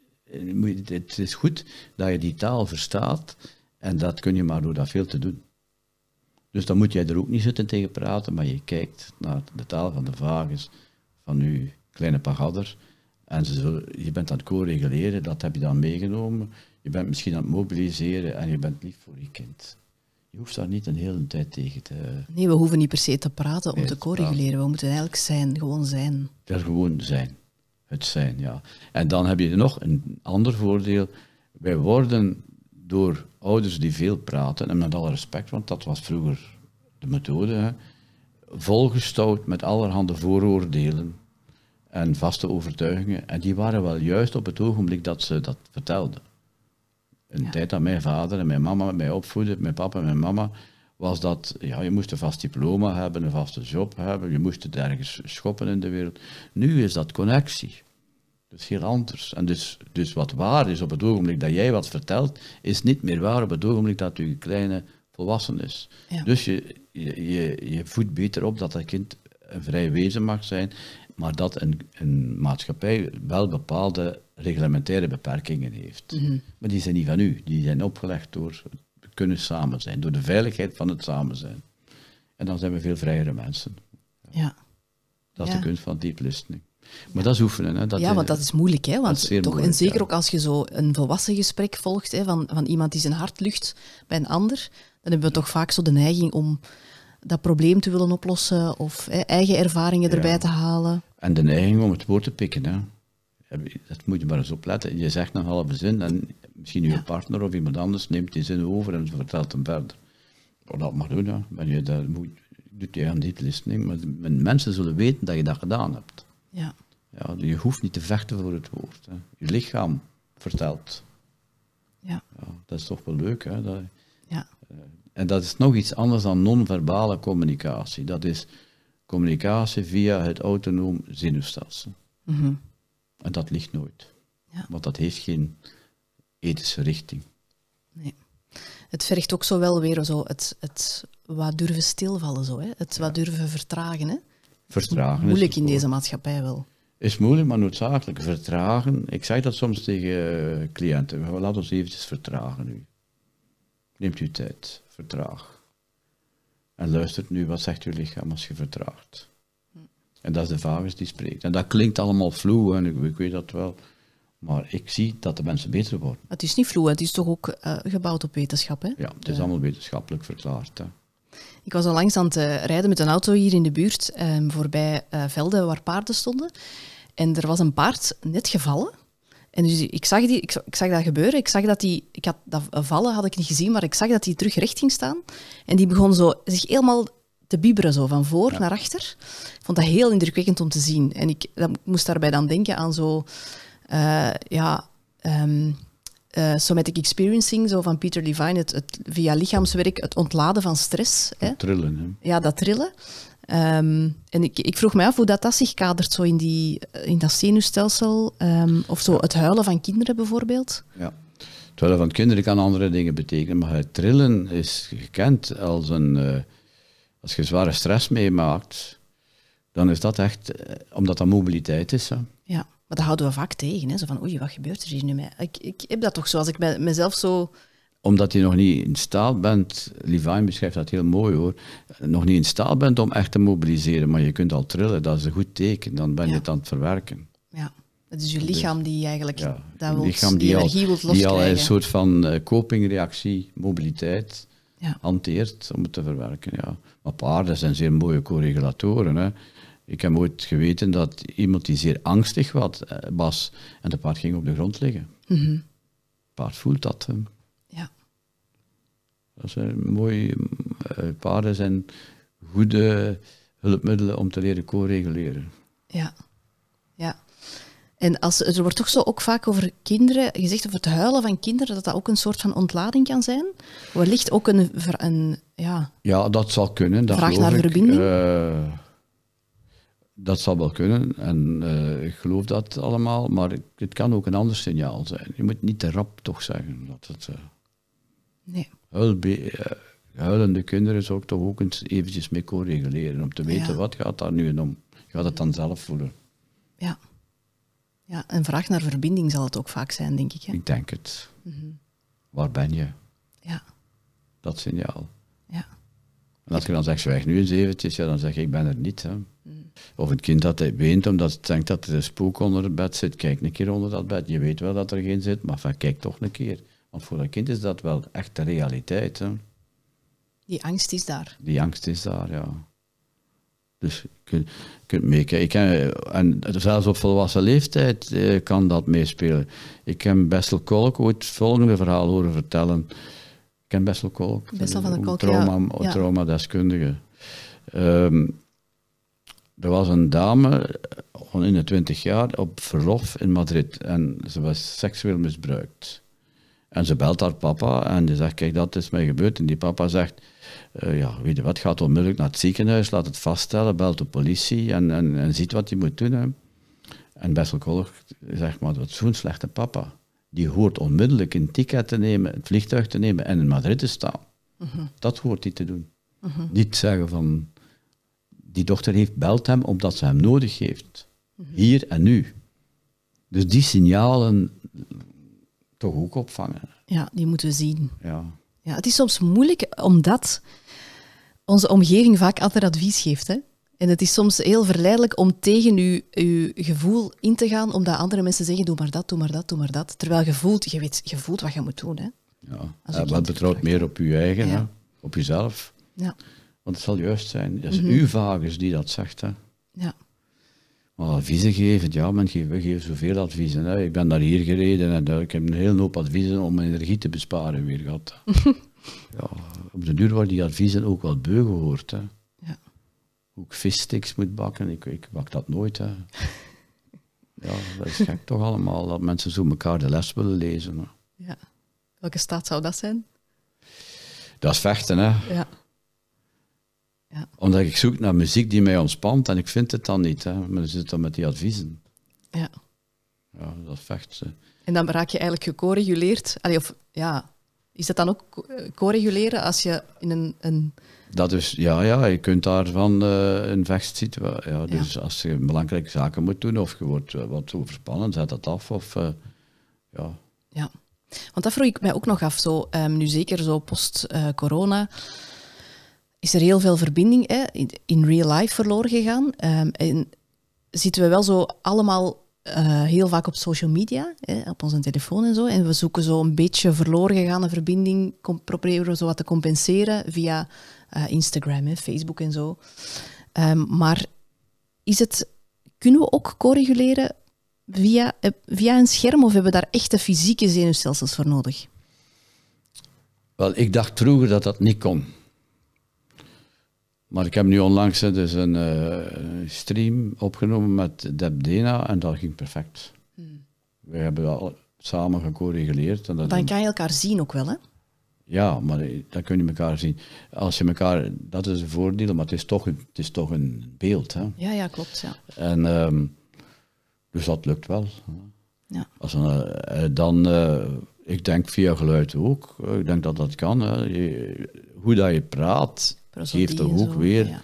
het is goed dat je die taal verstaat en dat kun je maar door dat veel te doen. Dus dan moet jij er ook niet zitten tegen praten, maar je kijkt naar de taal van de vagus van je kleine pagadder en ze zullen, je bent aan het co-reguleren, dat heb je dan meegenomen. Je bent misschien aan het mobiliseren en je bent lief voor je kind. Je hoeft daar niet een hele tijd tegen te...
Nee, we hoeven niet per se te praten om te co-reguleren. We moeten eigenlijk zijn, gewoon zijn.
Er gewoon zijn. Het zijn, ja. En dan heb je nog een ander voordeel. Wij worden door ouders die veel praten, en met alle respect, want dat was vroeger de methode, hè, volgestouwd met allerhande vooroordelen en vaste overtuigingen. En die waren wel juist op het ogenblik dat ze dat vertelden. In de ja. tijd dat mijn vader en mijn mama mij opvoedden, mijn papa en mijn mama, was dat, ja, je moest een vast diploma hebben, een vaste job hebben, je moest het ergens schoppen in de wereld. Nu is dat connectie. Dat is heel anders. En dus, dus wat waar is op het ogenblik dat jij wat vertelt, is niet meer waar op het ogenblik dat je kleine volwassen is. Ja. Dus je, je, je, je voedt beter op dat dat kind een vrij wezen mag zijn, maar dat een, een maatschappij wel bepaalde reglementaire beperkingen heeft. Mm-hmm. Maar die zijn niet van u, die zijn opgelegd door het kunnen samen zijn, door de veiligheid van het samen zijn. En dan zijn we veel vrijere mensen.
Ja.
Dat is
ja.
de kunst van deep listening. Maar ja. dat is oefenen. Hè. Dat
ja,
is,
want dat is moeilijk. Hè? Want toch,
moeilijk,
en zeker
ja.
ook als je zo een volwassen gesprek volgt, hè, van, van iemand die zijn hart lucht bij een ander, dan hebben we toch vaak zo de neiging om dat probleem te willen oplossen of hè, eigen ervaringen erbij ja. te halen.
En de neiging om het woord te pikken. Hè. Dat moet je maar eens opletten. Je zegt een halve zin en misschien je ja. partner of iemand anders neemt die zin over en vertelt hem verder. Oh, dat mag doen, hè. Ben je dat moet, doet je aan dit listening, maar mensen zullen weten dat je dat gedaan hebt.
Ja.
Ja, je hoeft niet te vechten voor het woord. Hè. Je lichaam vertelt.
Ja.
Ja, dat is toch wel leuk. Hè. Dat,
ja.
uh, en dat is nog iets anders dan non-verbale communicatie. Dat is communicatie via het autonoom zenuwstelsel.
Mm-hmm.
En dat ligt nooit.
Ja.
Want dat heeft geen ethische richting.
Nee. Het vergt ook zo wel weer zo het, het wat durven stilvallen, zo, hè? Het ja. wat durven vertragen. Hè?
Vertragen.
Moeilijk
is
in deze maatschappij wel.
Is moeilijk, maar noodzakelijk. Vertragen. Ik zeg dat soms tegen uh, cliënten. Laat ons eventjes vertragen nu. Neemt uw tijd. Vertraag. En luistert nu, wat zegt uw lichaam als je vertraagt? Hm. En dat is de vagus die spreekt. En dat klinkt allemaal vloe, en ik, ik weet dat wel. Maar ik zie dat de mensen beter worden.
Het is niet vloe, het is toch ook uh, gebouwd op wetenschap, hè?
Ja, het is ja. allemaal wetenschappelijk verklaard. Hè.
Ik was onlangs aan het uh, rijden met een auto hier in de buurt, um, voorbij uh, velden waar paarden stonden. En er was een paard net gevallen. En dus ik zag, die, ik, ik zag dat gebeuren. Ik zag dat die, ik had dat vallen had ik niet gezien, maar ik zag dat hij terug recht ging staan. En die begon zo zich helemaal te bieberen, zo van voor ja. naar achter. Ik vond dat heel indrukwekkend om te zien. En ik dat, moest daarbij dan denken aan zo... Uh, ja, um, uh, somatic experiencing, zo van Peter Levine, het, het via lichaamswerk, het ontladen van stress.
Hè?
Hè?
Trillen. Hè?
Ja, dat trillen. Um, en ik, ik vroeg me af hoe dat, dat zich kadert zo in, die, in dat zenuwstelsel. Um, of zo het huilen van kinderen bijvoorbeeld.
Ja. Het huilen van kinderen kan andere dingen betekenen, maar het trillen is gekend als een... Uh, als je zware stress meemaakt, dan is dat echt... Uh, omdat dat mobiliteit is. Hè.
Ja, maar dat houden we vaak tegen. Hè? Zo van, oei, wat gebeurt er hier nu mee? Ik, ik heb dat toch zo, als ik bij mezelf zo...
Omdat je nog niet in staat bent, Levine beschrijft dat heel mooi hoor, nog niet in staat bent om echt te mobiliseren, maar je kunt al trillen, dat is een goed teken, dan ben je ja. het aan het verwerken.
Ja, het is je lichaam die eigenlijk
ja,
dat wilt,
lichaam die,
die
al,
energie wilt loskrijgen.
Die al een soort van uh, copingreactie, mobiliteit,
ja.
hanteert om het te verwerken. Ja. Maar paarden zijn zeer mooie co-regulatoren. Hè. Ik heb ooit geweten dat iemand die zeer angstig was en de paard ging op de grond liggen.
Mm-hmm.
Het paard voelt dat. Hè.
Ja.
Dat zijn mooie uh, paarden zijn goede hulpmiddelen om te leren co-reguleren.
Ja, ja. En als, er wordt toch zo ook vaak over kinderen gezegd, over het huilen van kinderen, dat dat ook een soort van ontlading kan zijn. Wellicht ook een, een ja...
Ja, dat zal kunnen. Dat
vraag naar
ik.
verbinding.
Uh, dat zal wel kunnen en uh, ik geloof dat allemaal, maar het kan ook een ander signaal zijn. Je moet niet te rap toch zeggen dat het... Uh,
nee.
Huilbe- uh, huilende kinderen zou ik toch ook eens eventjes mee co-reguleren, om te weten ja. wat gaat daar nu om. Je gaat het dan zelf voelen.
Ja. Ja, een vraag naar verbinding zal het ook vaak zijn, denk ik. Hè?
Ik denk het.
Mm-hmm.
Waar ben je?
Ja.
Dat signaal.
Ja.
En als je dan zegt, zwijg nu eens eventjes, ja, dan zeg ik, ik ben er niet. Hè.
Mm.
Of een kind dat hij weent omdat het denkt dat er een spook onder het bed zit, kijk een keer onder dat bed. Je weet wel dat er geen zit, maar enfin, kijk toch een keer. Want voor dat kind is dat wel echt de realiteit. Hè.
Die angst is daar.
Die angst is daar, ja. Dus je kunt, kunt meekijken. En zelfs op volwassen leeftijd eh, kan dat meespelen. Ik heb Bessel Kolk ooit het volgende verhaal horen vertellen. Ik ken Bessel Kolk.
Bessel van der Kolk,
trauma,
ja.
Traumadeskundige. Um, er was een dame, gewoon in de twintig jaar, op verlof in Madrid. En ze was seksueel misbruikt. En ze belt haar papa en die zegt, kijk, dat is mij gebeurd. En die papa zegt, uh, ja, weet je wat, gaat onmiddellijk naar het ziekenhuis, laat het vaststellen, belt de politie en, en, en ziet wat hij moet doen. Hè. En Bessel Kolk zegt, maar wat zo'n slechte papa. Die hoort onmiddellijk een ticket te nemen, het vliegtuig te nemen en in Madrid te staan.
Mm-hmm.
Dat hoort hij te doen.
Mm-hmm.
Niet zeggen van, die dochter heeft, belt hem omdat ze hem nodig heeft. Mm-hmm. Hier en nu. Dus die signalen toch ook opvangen.
Ja, die moeten we zien.
Ja.
Ja, het is soms moeilijk omdat onze omgeving vaak altijd advies geeft. Hè? En het is soms heel verleidelijk om tegen je, je gevoel in te gaan, omdat andere mensen zeggen, doe maar dat, doe maar dat, doe maar dat. Terwijl je voelt, je weet, je voelt wat je moet doen. Hè?
Ja, ja wat betrouwt meer op je eigen, ja. hè? Op jezelf.
Ja.
Want het zal juist zijn. Dat is
mm-hmm.
uw vagus die dat zegt. Hè?
Ja.
Maar adviezen geven, ja, men geeft, we geven zoveel adviezen. Hè. Ik ben naar hier gereden en uh, ik heb een hele hoop adviezen om energie te besparen weer gehad. Ja, op de duur worden die adviezen ook wel beu gehoord. Hè.
Ja.
Hoe ik vissticks moet bakken, ik, ik bak dat nooit. Hè. Ja, dat is gek toch allemaal, dat mensen zo elkaar de les willen lezen. Hè.
Ja. Welke staat zou dat zijn?
Dat is vechten, hè.
Ja. Ja.
Omdat ik zoek naar muziek die mij ontspant en ik vind het dan niet. Hè. Maar dan zit dan met die adviezen.
Ja.
Ja, dat is vechten.
En dan raak je eigenlijk geco-reguleerd. Allee, of ja, is dat dan ook co-reguleren als je in een... een...
Dat is, ja, ja, je kunt daarvan uh, een vechtssituatie... Ja, dus ja. Als je belangrijke zaken moet doen of je wordt uh, wat overspannen, zet dat af. Of, uh, ja.
ja, want dat vroeg ik mij ook nog af. Zo, um, nu zeker zo post-corona... Uh, is er heel veel verbinding hè, in, in real life verloren gegaan. Um, en zitten we wel zo allemaal uh, heel vaak op social media, hè, op onze telefoon en zo. En we zoeken zo een beetje verloren gegaane verbinding, com- proberen we zo wat te compenseren via uh, Instagram, hè, Facebook en zo. Um, maar is het, kunnen we ook co-reguleren via, uh, via een scherm of hebben we daar echte fysieke zenuwstelsels voor nodig?
Wel, ik dacht vroeger dat dat niet kon. Maar ik heb nu onlangs dus een uh, stream opgenomen met Deb Dena en dat ging perfect. Hmm. We hebben dat samen geco-reguleerd. En dat
Dan
een...
kan je elkaar zien ook wel, hè?
Ja, maar dan kun je elkaar zien. Als je elkaar, dat is een voordeel, maar het is toch een, het is toch een beeld. Hè?
Ja, ja, klopt. Ja.
En, um, dus dat lukt wel.
Ja.
Als een, uh, dan, uh, ik denk via geluid ook. Uh, ik denk dat dat kan. Hè. Je, hoe dat je praat,
Prosodie
geeft toch ook
zo,
weer...
Ja.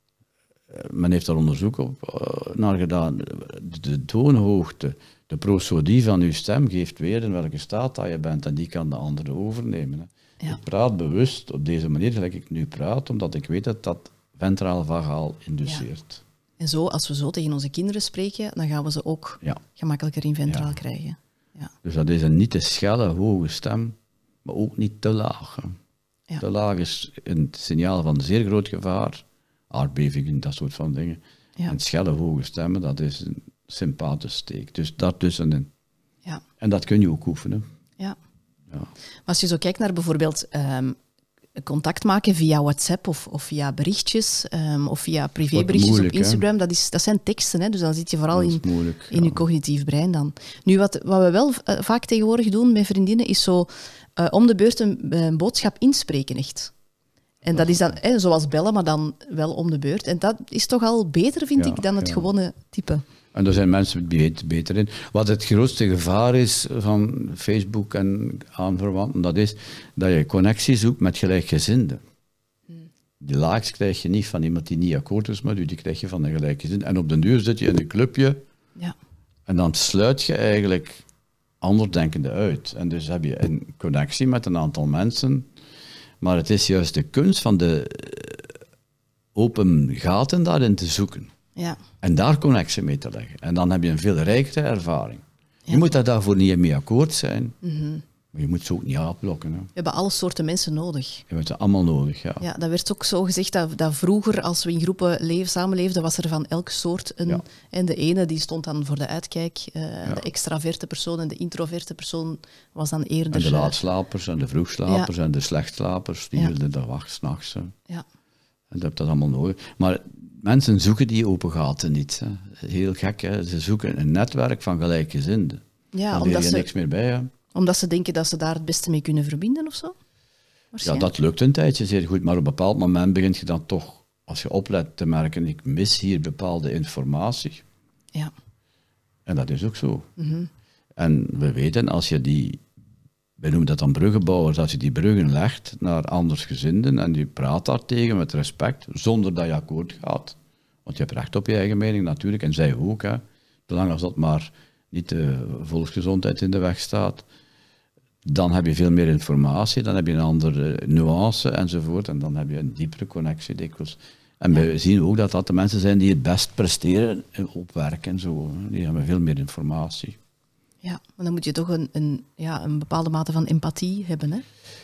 Men heeft daar onderzoek op uh, naar gedaan. De, de toonhoogte, de prosodie van je stem geeft weer in welke staat dat je bent en die kan de andere overnemen. Hè.
Ja.
Ik praat bewust op deze manier, gelijk ik nu praat, omdat ik weet dat dat ventraal-vagaal induceert.
Ja. En zo, als we zo tegen onze kinderen spreken, dan gaan we ze ook
Ja.
gemakkelijker in ventraal
Ja.
krijgen. Ja.
Dus dat is een niet te schelle, hoge stem, maar ook niet te laag. Hè.
Ja.
Te laag is een signaal van zeer groot gevaar, aardbevingen, dat soort van dingen.
Ja.
En schelle, hoge stemmen, dat is een sympathische steek. Dus daartussenin.
Ja.
En dat kun je ook oefenen.
Ja.
Ja.
Maar als je zo kijkt naar bijvoorbeeld um, contact maken via WhatsApp of, of via berichtjes um, of via privéberichtjes
moeilijk,
op Instagram, dat, is, dat zijn teksten, hè, dus dan zit je vooral in,
moeilijk,
in
ja.
je cognitief brein dan. Nu, wat, wat we wel uh, vaak tegenwoordig doen met vriendinnen, is zo uh, om de beurt een, een boodschap inspreken, echt. En dat is dan, hè, zoals bellen, maar dan wel om de beurt. En dat is toch al beter, vind
Ja,
ik, dan het
ja.
gewone typen.
En daar zijn mensen beter, beter in. Wat het grootste gevaar is van Facebook en aanverwanten, dat is dat je connectie zoekt met gelijkgezinden. Hmm. Die likes krijg je niet van iemand die niet akkoord is met u, die krijg je van een gelijkgezinde. En op de duur zit je in een clubje
Ja.
en dan sluit je eigenlijk andersdenkenden uit. En dus heb je een connectie met een aantal mensen, maar het is juist de kunst van de open gaten daarin te zoeken.
Ja.
En daar connectie mee te leggen. En dan heb je een veel rijkere ervaring.
Ja.
Je moet daar daarvoor niet mee akkoord zijn,
Mm-hmm.
maar je moet ze ook niet afblokken. Hè.
We hebben alle soorten mensen nodig.
Je hebt ze allemaal nodig, ja.
Ja, dat werd ook zo gezegd dat, dat vroeger, als we in groepen leven, samenleefden, was er van elk soort een.
Ja.
En de ene die stond dan voor de uitkijk, uh,
Ja.
de extraverte persoon, en de introverte persoon was dan eerder...
En de
uh,
laatslapers en de vroegslapers en de slechtslapers, die
Ja.
wilden de wacht s'nachts. Hè.
Ja.
En dat heb dat allemaal nodig. Maar mensen zoeken die open gaten niet. Hè. Heel gek, hè. Ze zoeken een netwerk van gelijkgezinden.
Ja,
Daar leer
omdat
je
ze,
niks meer bij. Hè.
omdat ze denken dat ze daar het beste mee kunnen verbinden of zo?
Ja,
Waarschijnlijk.
dat lukt een tijdje zeer goed, maar op een bepaald moment begint je dan toch, als je oplet, te merken, ik mis hier bepaalde informatie.
Ja.
En dat is ook zo.
Mhm.
En we weten, als je die, wij noemen dat dan bruggenbouwers, als je die bruggen legt naar andersgezinden en je praat daar tegen met respect, zonder dat je akkoord gaat, want je hebt recht op je eigen mening natuurlijk, en zij ook, hè, zolang als dat maar niet de volksgezondheid in de weg staat, dan heb je veel meer informatie, dan heb je een andere nuance enzovoort, en dan heb je een diepere connectie dikwijls. En we zien ook dat dat de mensen zijn die het best presteren op werk en zo. Die hebben veel meer informatie.
Ja, maar dan moet je toch een, een, ja, een bepaalde mate van empathie hebben, hè?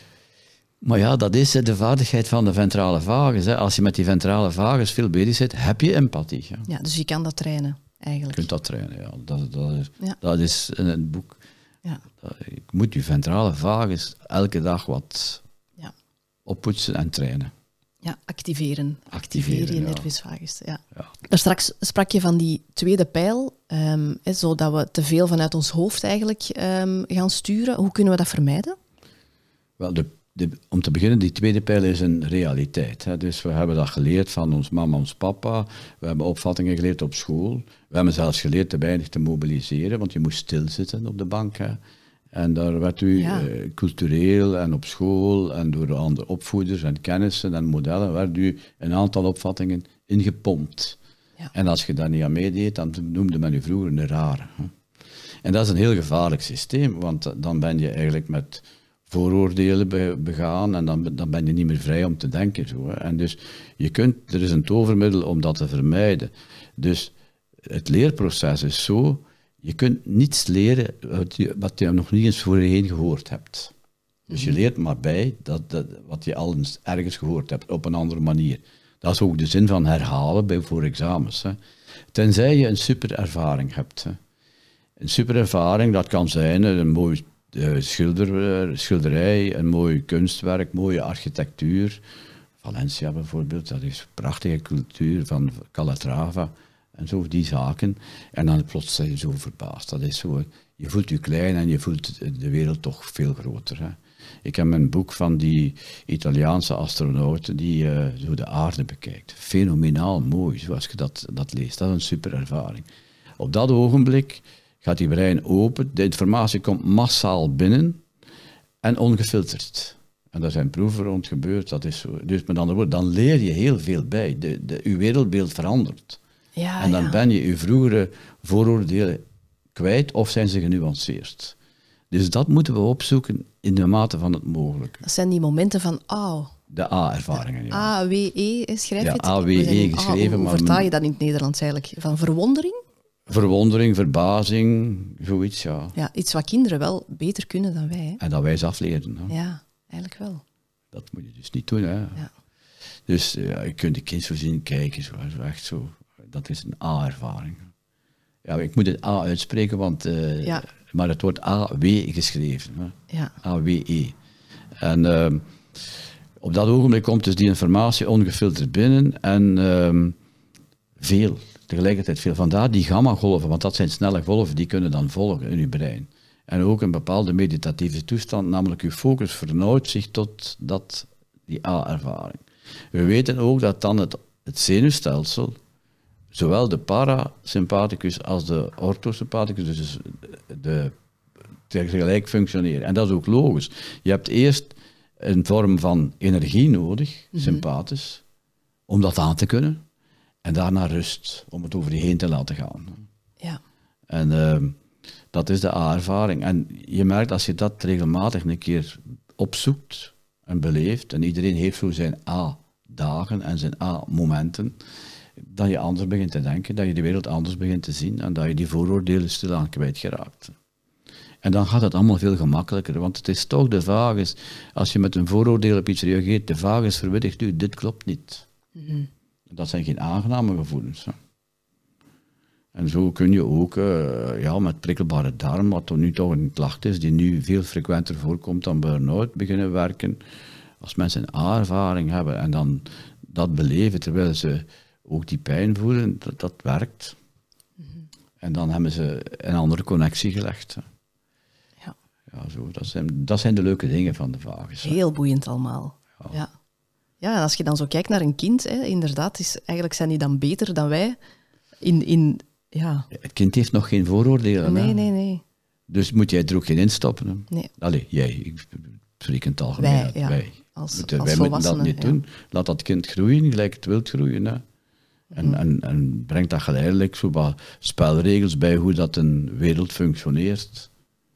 Maar ja, dat is de vaardigheid van de ventrale vagus. Hè. Als je met die ventrale vagus veel bezig zit, heb je empathie. Ja.
Ja, dus je kan dat trainen,
Je
eigenlijk.
kunt dat trainen, ja. Dat, dat, is,
Ja.
dat is in het boek.
Ja.
Dat, je moet je ventrale vagus elke dag wat
Ja.
oppoetsen en trainen.
Ja, activeren.
Activeren,
Activeer je
ja.
nervus vagus. Ja.
Ja.
Daar straks sprak je van die tweede pijl, um, hè, zodat we te veel vanuit ons hoofd eigenlijk um, gaan sturen. Hoe kunnen we dat vermijden?
Wel, de, de, om te beginnen, die tweede pijl is een realiteit. Hè. Dus we hebben dat geleerd van ons mama, ons papa. We hebben opvattingen geleerd op school. We hebben zelfs geleerd te weinig te mobiliseren, want je moest stilzitten op de bank. Hè. En daar werd u
Ja.
uh, cultureel en op school en door andere opvoeders en kennissen en modellen, werd u een aantal opvattingen ingepompt.
Ja.
En als je daar niet aan meedeed, dan noemde men u vroeger een rare. Hè. En dat is een heel gevaarlijk systeem, want dan ben je eigenlijk met vooroordelen be- begaan en dan, dan ben je niet meer vrij om te denken. Zo, hè. En dus je kunt, er is een tovermiddel om dat te vermijden. Dus het leerproces is zo, je kunt niets leren wat je, wat je nog niet eens voorheen gehoord hebt. Dus je leert maar bij dat, dat, wat je al eens ergens gehoord hebt, op een andere manier. Dat is ook de zin van herhalen bij voor examens. Hè. Tenzij je een superervaring hebt. Hè. Een superervaring, dat kan zijn een mooi uh, schilder, uh, schilderij, een mooi kunstwerk, mooie architectuur. Valencia bijvoorbeeld, dat is prachtige cultuur van Calatrava. En zo, die zaken. En dan plots zijn je zo verbaasd. Dat is zo, je voelt je klein en je voelt de wereld toch veel groter. Hè. Ik heb een boek van die Italiaanse astronauten die uh, zo de aarde bekijkt. Fenomenaal mooi, zoals je dat, dat leest. Dat is een super ervaring. Op dat ogenblik gaat die brein open, de informatie komt massaal binnen en ongefilterd. En daar zijn proeven rond gebeurd, dat is zo. Dus met andere woorden, dan leer je heel veel bij. De, de, je wereldbeeld verandert.
Ja,
en dan
ja.
ben je je vroegere vooroordelen kwijt of zijn ze genuanceerd. Dus dat moeten we opzoeken in de mate van het mogelijke.
Dat zijn die momenten van oh.
De A-ervaringen, ja.
A W E, schrijf je
ja,
het?
A W E geschreven.
Hoe
maar
vertaal je dat in het Nederlands eigenlijk? Van verwondering?
Verwondering, verbazing, zoiets, ja.
Ja, iets wat kinderen wel beter kunnen dan wij. Hè?
En dat wij ze afleren. Hè.
Ja, eigenlijk wel.
Dat moet je dus niet doen, hè.
Ja.
Dus ja, je kunt de kind zo zien kijken, zo, zo echt zo. Dat is een A-ervaring. Ja, ik moet het A uitspreken, want... Uh, ja. Maar het wordt A W geschreven. Hè.
Ja.
A W E. En uh, op dat ogenblik komt dus die informatie ongefilterd binnen en uh, veel, tegelijkertijd veel. Vandaar die gamma-golven, want dat zijn snelle golven, die kunnen dan volgen in je brein. En ook een bepaalde meditatieve toestand, namelijk je focus vernauwt zich tot dat, die A-ervaring. We weten ook dat dan het, het zenuwstelsel, zowel de parasympathicus als de orthosympathicus, dus de, tegelijk functioneren. En dat is ook logisch. Je hebt eerst een vorm van energie nodig, mm-hmm. sympathisch, om dat aan te kunnen. En daarna rust, om het over je heen te laten gaan.
Ja.
En uh, dat is de A-ervaring. En je merkt als je dat regelmatig een keer opzoekt en beleeft, en iedereen heeft zo zijn A-dagen en zijn A-momenten, dat je anders begint te denken, dat je de wereld anders begint te zien en dat je die vooroordelen stilaan kwijtgeraakt. En dan gaat het allemaal veel gemakkelijker, want het is toch de vagus, als je met een vooroordeel op iets reageert, de vagus verwittigt u, dit klopt niet. Mm-hmm. Dat zijn geen aangename gevoelens. Hè. En zo kun je ook uh, ja, met prikkelbare darm, wat nu toch een klacht is, die nu veel frequenter voorkomt dan burn-out, beginnen werken. Als mensen een A-ervaring hebben en dan dat beleven, terwijl ze ook die pijn voelen, dat, dat werkt. Mm-hmm. En dan hebben ze een andere connectie gelegd. Hè.
Ja.
Ja, zo, dat, zijn, dat zijn de leuke dingen van de vagus. Hè.
Heel boeiend allemaal. Ja. Ja. Ja, en als je dan zo kijkt naar een kind, hè, inderdaad, is, eigenlijk zijn die dan beter dan wij in... in ja.
Het kind heeft nog geen vooroordelen.
Nee,
hè?
nee, nee.
Dus moet jij er ook geen in stoppen. Hè?
Nee.
Allee, jij, ik spreek in het algemeen
wij,
uit.
Ja.
Wij,
als,
moeten,
als
wij moeten dat niet
ja.
doen. Laat dat kind groeien, gelijk het wilt groeien. Hè? En, mm-hmm. en, en breng dat geleidelijk zo wat spelregels bij hoe dat een wereld functioneert.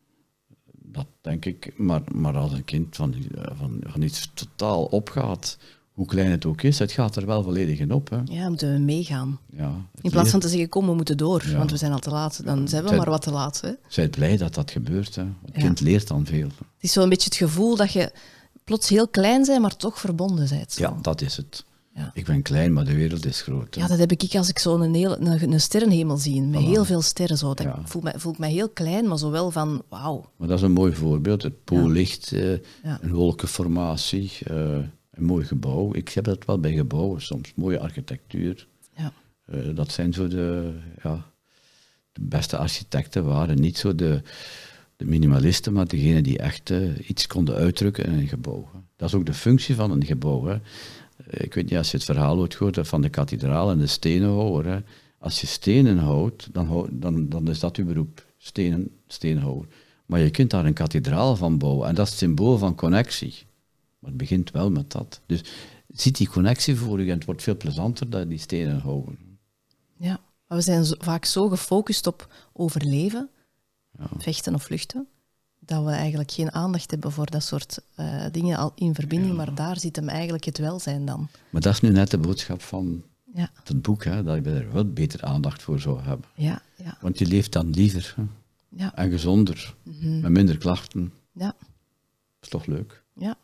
Dat denk ik. Maar, maar als een kind van, van, van iets totaal opgaat, hoe klein het ook is, het gaat er wel volledig in op. Hè.
Ja, moeten we meegaan.
Ja,
in plaats van te zeggen, kom, we moeten door,
ja.
want we zijn al te laat. Dan zijn we
Zij,
maar wat te laat. Hè.
Zijt blij dat dat gebeurt. Hè. Het
ja.
kind leert dan veel.
Het is zo een beetje het gevoel dat je plots heel klein bent, maar toch verbonden bent. Zo.
Ja, dat is het.
Ja.
Ik ben klein, maar de wereld is groot. Hè.
Ja, dat heb ik als ik zo een, heel, een, een sterrenhemel zie, met voilà. heel veel sterren. Zo. Dat ja. voel, me, voel ik mij heel klein, maar zo wel van wauw.
Maar dat is een mooi voorbeeld. Het poollicht, ja. uh,
ja.
een wolkenformatie, uh, een mooi gebouw. Ik heb dat wel bij gebouwen soms. Mooie architectuur.
Ja.
Uh, dat zijn zo de, ja, de beste architecten waren niet zo de, de minimalisten, maar degenen die echt uh, iets konden uitdrukken in een gebouw. Dat is ook de functie van een gebouw. Hè. Ik weet niet als je het verhaal ooit gehoord hebt van de kathedraal en de stenenhouwer. Hè. Als je stenen houdt, dan, hou, dan, dan is dat je beroep. Stenen, steenhouwer. Maar je kunt daar een kathedraal van bouwen. En dat is het symbool van connectie. Maar het begint wel met dat. Dus ziet die connectie voor je en het wordt veel plezanter dan die stenen houden.
Ja, maar we zijn zo, vaak zo gefocust op overleven, ja. vechten of vluchten, dat we eigenlijk geen aandacht hebben voor dat soort uh, dingen al in verbinding, ja. maar daar zit hem eigenlijk het welzijn dan.
Maar dat is nu net de boodschap van
ja.
het boek, hè, dat je er wel beter aandacht voor zou hebben.
Ja, ja.
Want je leeft dan liever hè,
ja.
en gezonder, mm-hmm. met minder klachten.
Ja.
Dat is toch leuk?
Ja.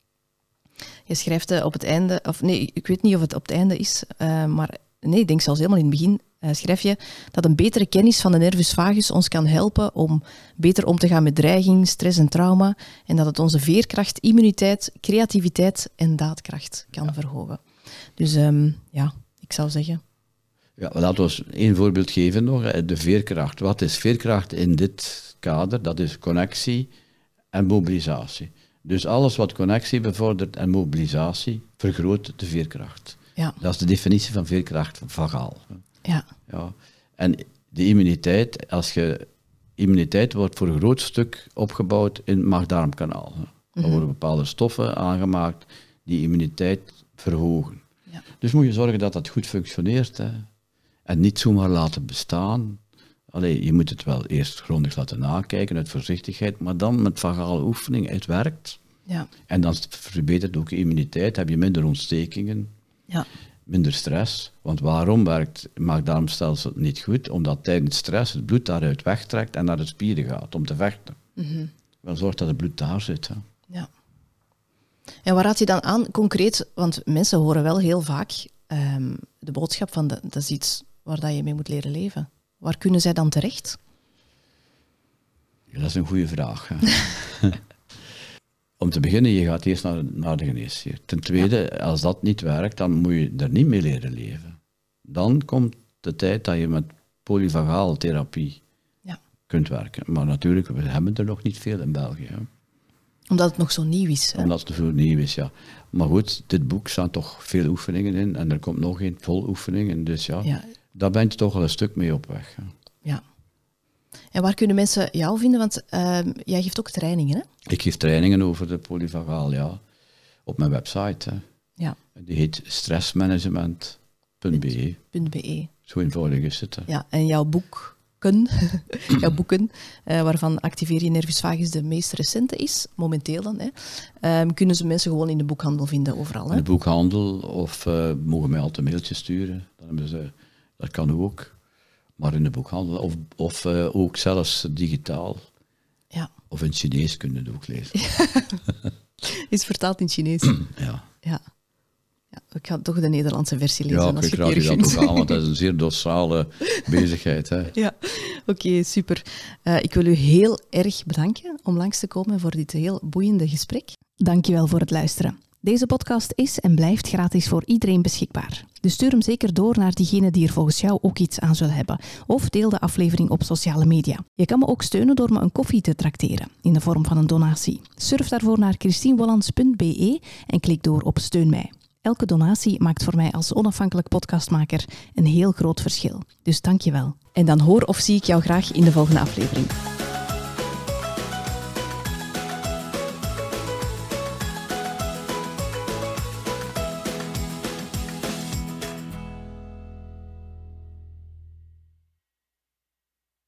Je schrijft uh, op het einde, of nee, ik weet niet of het op het einde is, uh, maar nee, ik denk zelfs helemaal in het begin, uh, schrijf je dat een betere kennis van de nervus vagus ons kan helpen om beter om te gaan met dreiging, stress en trauma en dat het onze veerkracht, immuniteit, creativiteit en daadkracht kan ja. verhogen. Dus um, ja, ik zou zeggen...
Ja, laten we eens één voorbeeld geven nog. De veerkracht. Wat is veerkracht in dit kader? Dat is connectie en mobilisatie. Dus alles wat connectie bevordert en mobilisatie vergroot de veerkracht.
Ja.
Dat is de definitie van veerkracht vagaal.
Ja.
Ja. En de immuniteit, als je, immuniteit wordt voor een groot stuk opgebouwd in het maag-darmkanaal. Er
Mm-hmm.
worden bepaalde stoffen aangemaakt die immuniteit verhogen.
Ja.
Dus moet je zorgen dat dat goed functioneert. Hè. En niet zomaar laten bestaan. Allee, je moet het wel eerst grondig laten nakijken uit voorzichtigheid, maar dan met vagale oefening, het werkt.
Ja.
En dan verbetert ook je immuniteit, heb je minder ontstekingen,
Ja.
minder stress. Want waarom werkt het maag-darmstelsel niet goed? Omdat tijdens stress het bloed daaruit wegtrekt en naar de spieren gaat om te vechten.
Mm-hmm.
Wel zorgt dat het bloed daar zit. Hè.
Ja. En wat raad je dan aan, concreet, want mensen horen wel heel vaak um, de boodschap van de, dat is iets waar dat je mee moet leren leven. Waar kunnen zij dan terecht?
Ja, dat is een goede vraag. Hè. Om te beginnen, je gaat eerst naar, naar de geneesheer. Ten tweede, ja. als dat niet werkt, dan moet je er niet mee leren leven. Dan komt de tijd dat je met polyvagaal therapie ja. kunt werken. Maar natuurlijk, we hebben er nog niet veel in België. Hè.
Omdat het nog zo nieuw is. Hè?
Omdat het zo nieuw is, ja. Maar goed, dit boek staan toch veel oefeningen in en er komt nog geen vol oefeningen. Dus ja, ja. daar ben je toch al een stuk mee op weg. Hè.
Ja. En waar kunnen mensen jou vinden? Want uh, jij geeft ook trainingen, hè?
Ik geef trainingen over de polyvagaal, ja. Op mijn website. Hè.
Ja.
Die heet stressmanagement punt b e.
.be.
Zo eenvoudig is het. Hè.
Ja, en jouw boeken, jouw boeken uh, waarvan Activeer je Nervus Vagus de meest recente is, momenteel dan, hè, um, kunnen ze mensen gewoon in de boekhandel vinden, overal. Hè?
In de boekhandel, of uh, mogen mij altijd een mailtje sturen. Dan hebben ze, dat kan ook. Maar in de boekhandel, of, of uh, ook zelfs digitaal.
Ja.
Of in het Chinees kunnen ze ook lezen.
Is vertaald in Chinees.
Ja.
Ja. Ja, ik ga toch de Nederlandse versie lezen.
Ja,
als
ik
je
raad je dat
vindt.
ook aan, want dat is een zeer docile bezigheid. Hè.
Ja, oké, okay, super. Uh, ik wil u heel erg bedanken om langs te komen voor dit heel boeiende gesprek. Dankjewel voor het luisteren. Deze podcast is en blijft gratis voor iedereen beschikbaar. Dus stuur hem zeker door naar diegene die er volgens jou ook iets aan zullen hebben. Of deel de aflevering op sociale media. Je kan me ook steunen door me een koffie te trakteren, in de vorm van een donatie. Surf daarvoor naar christienwollands punt b e en klik door op Steun mij. Elke donatie maakt voor mij als onafhankelijk podcastmaker een heel groot verschil. Dus dank je wel. En dan hoor of zie ik jou graag in de volgende aflevering.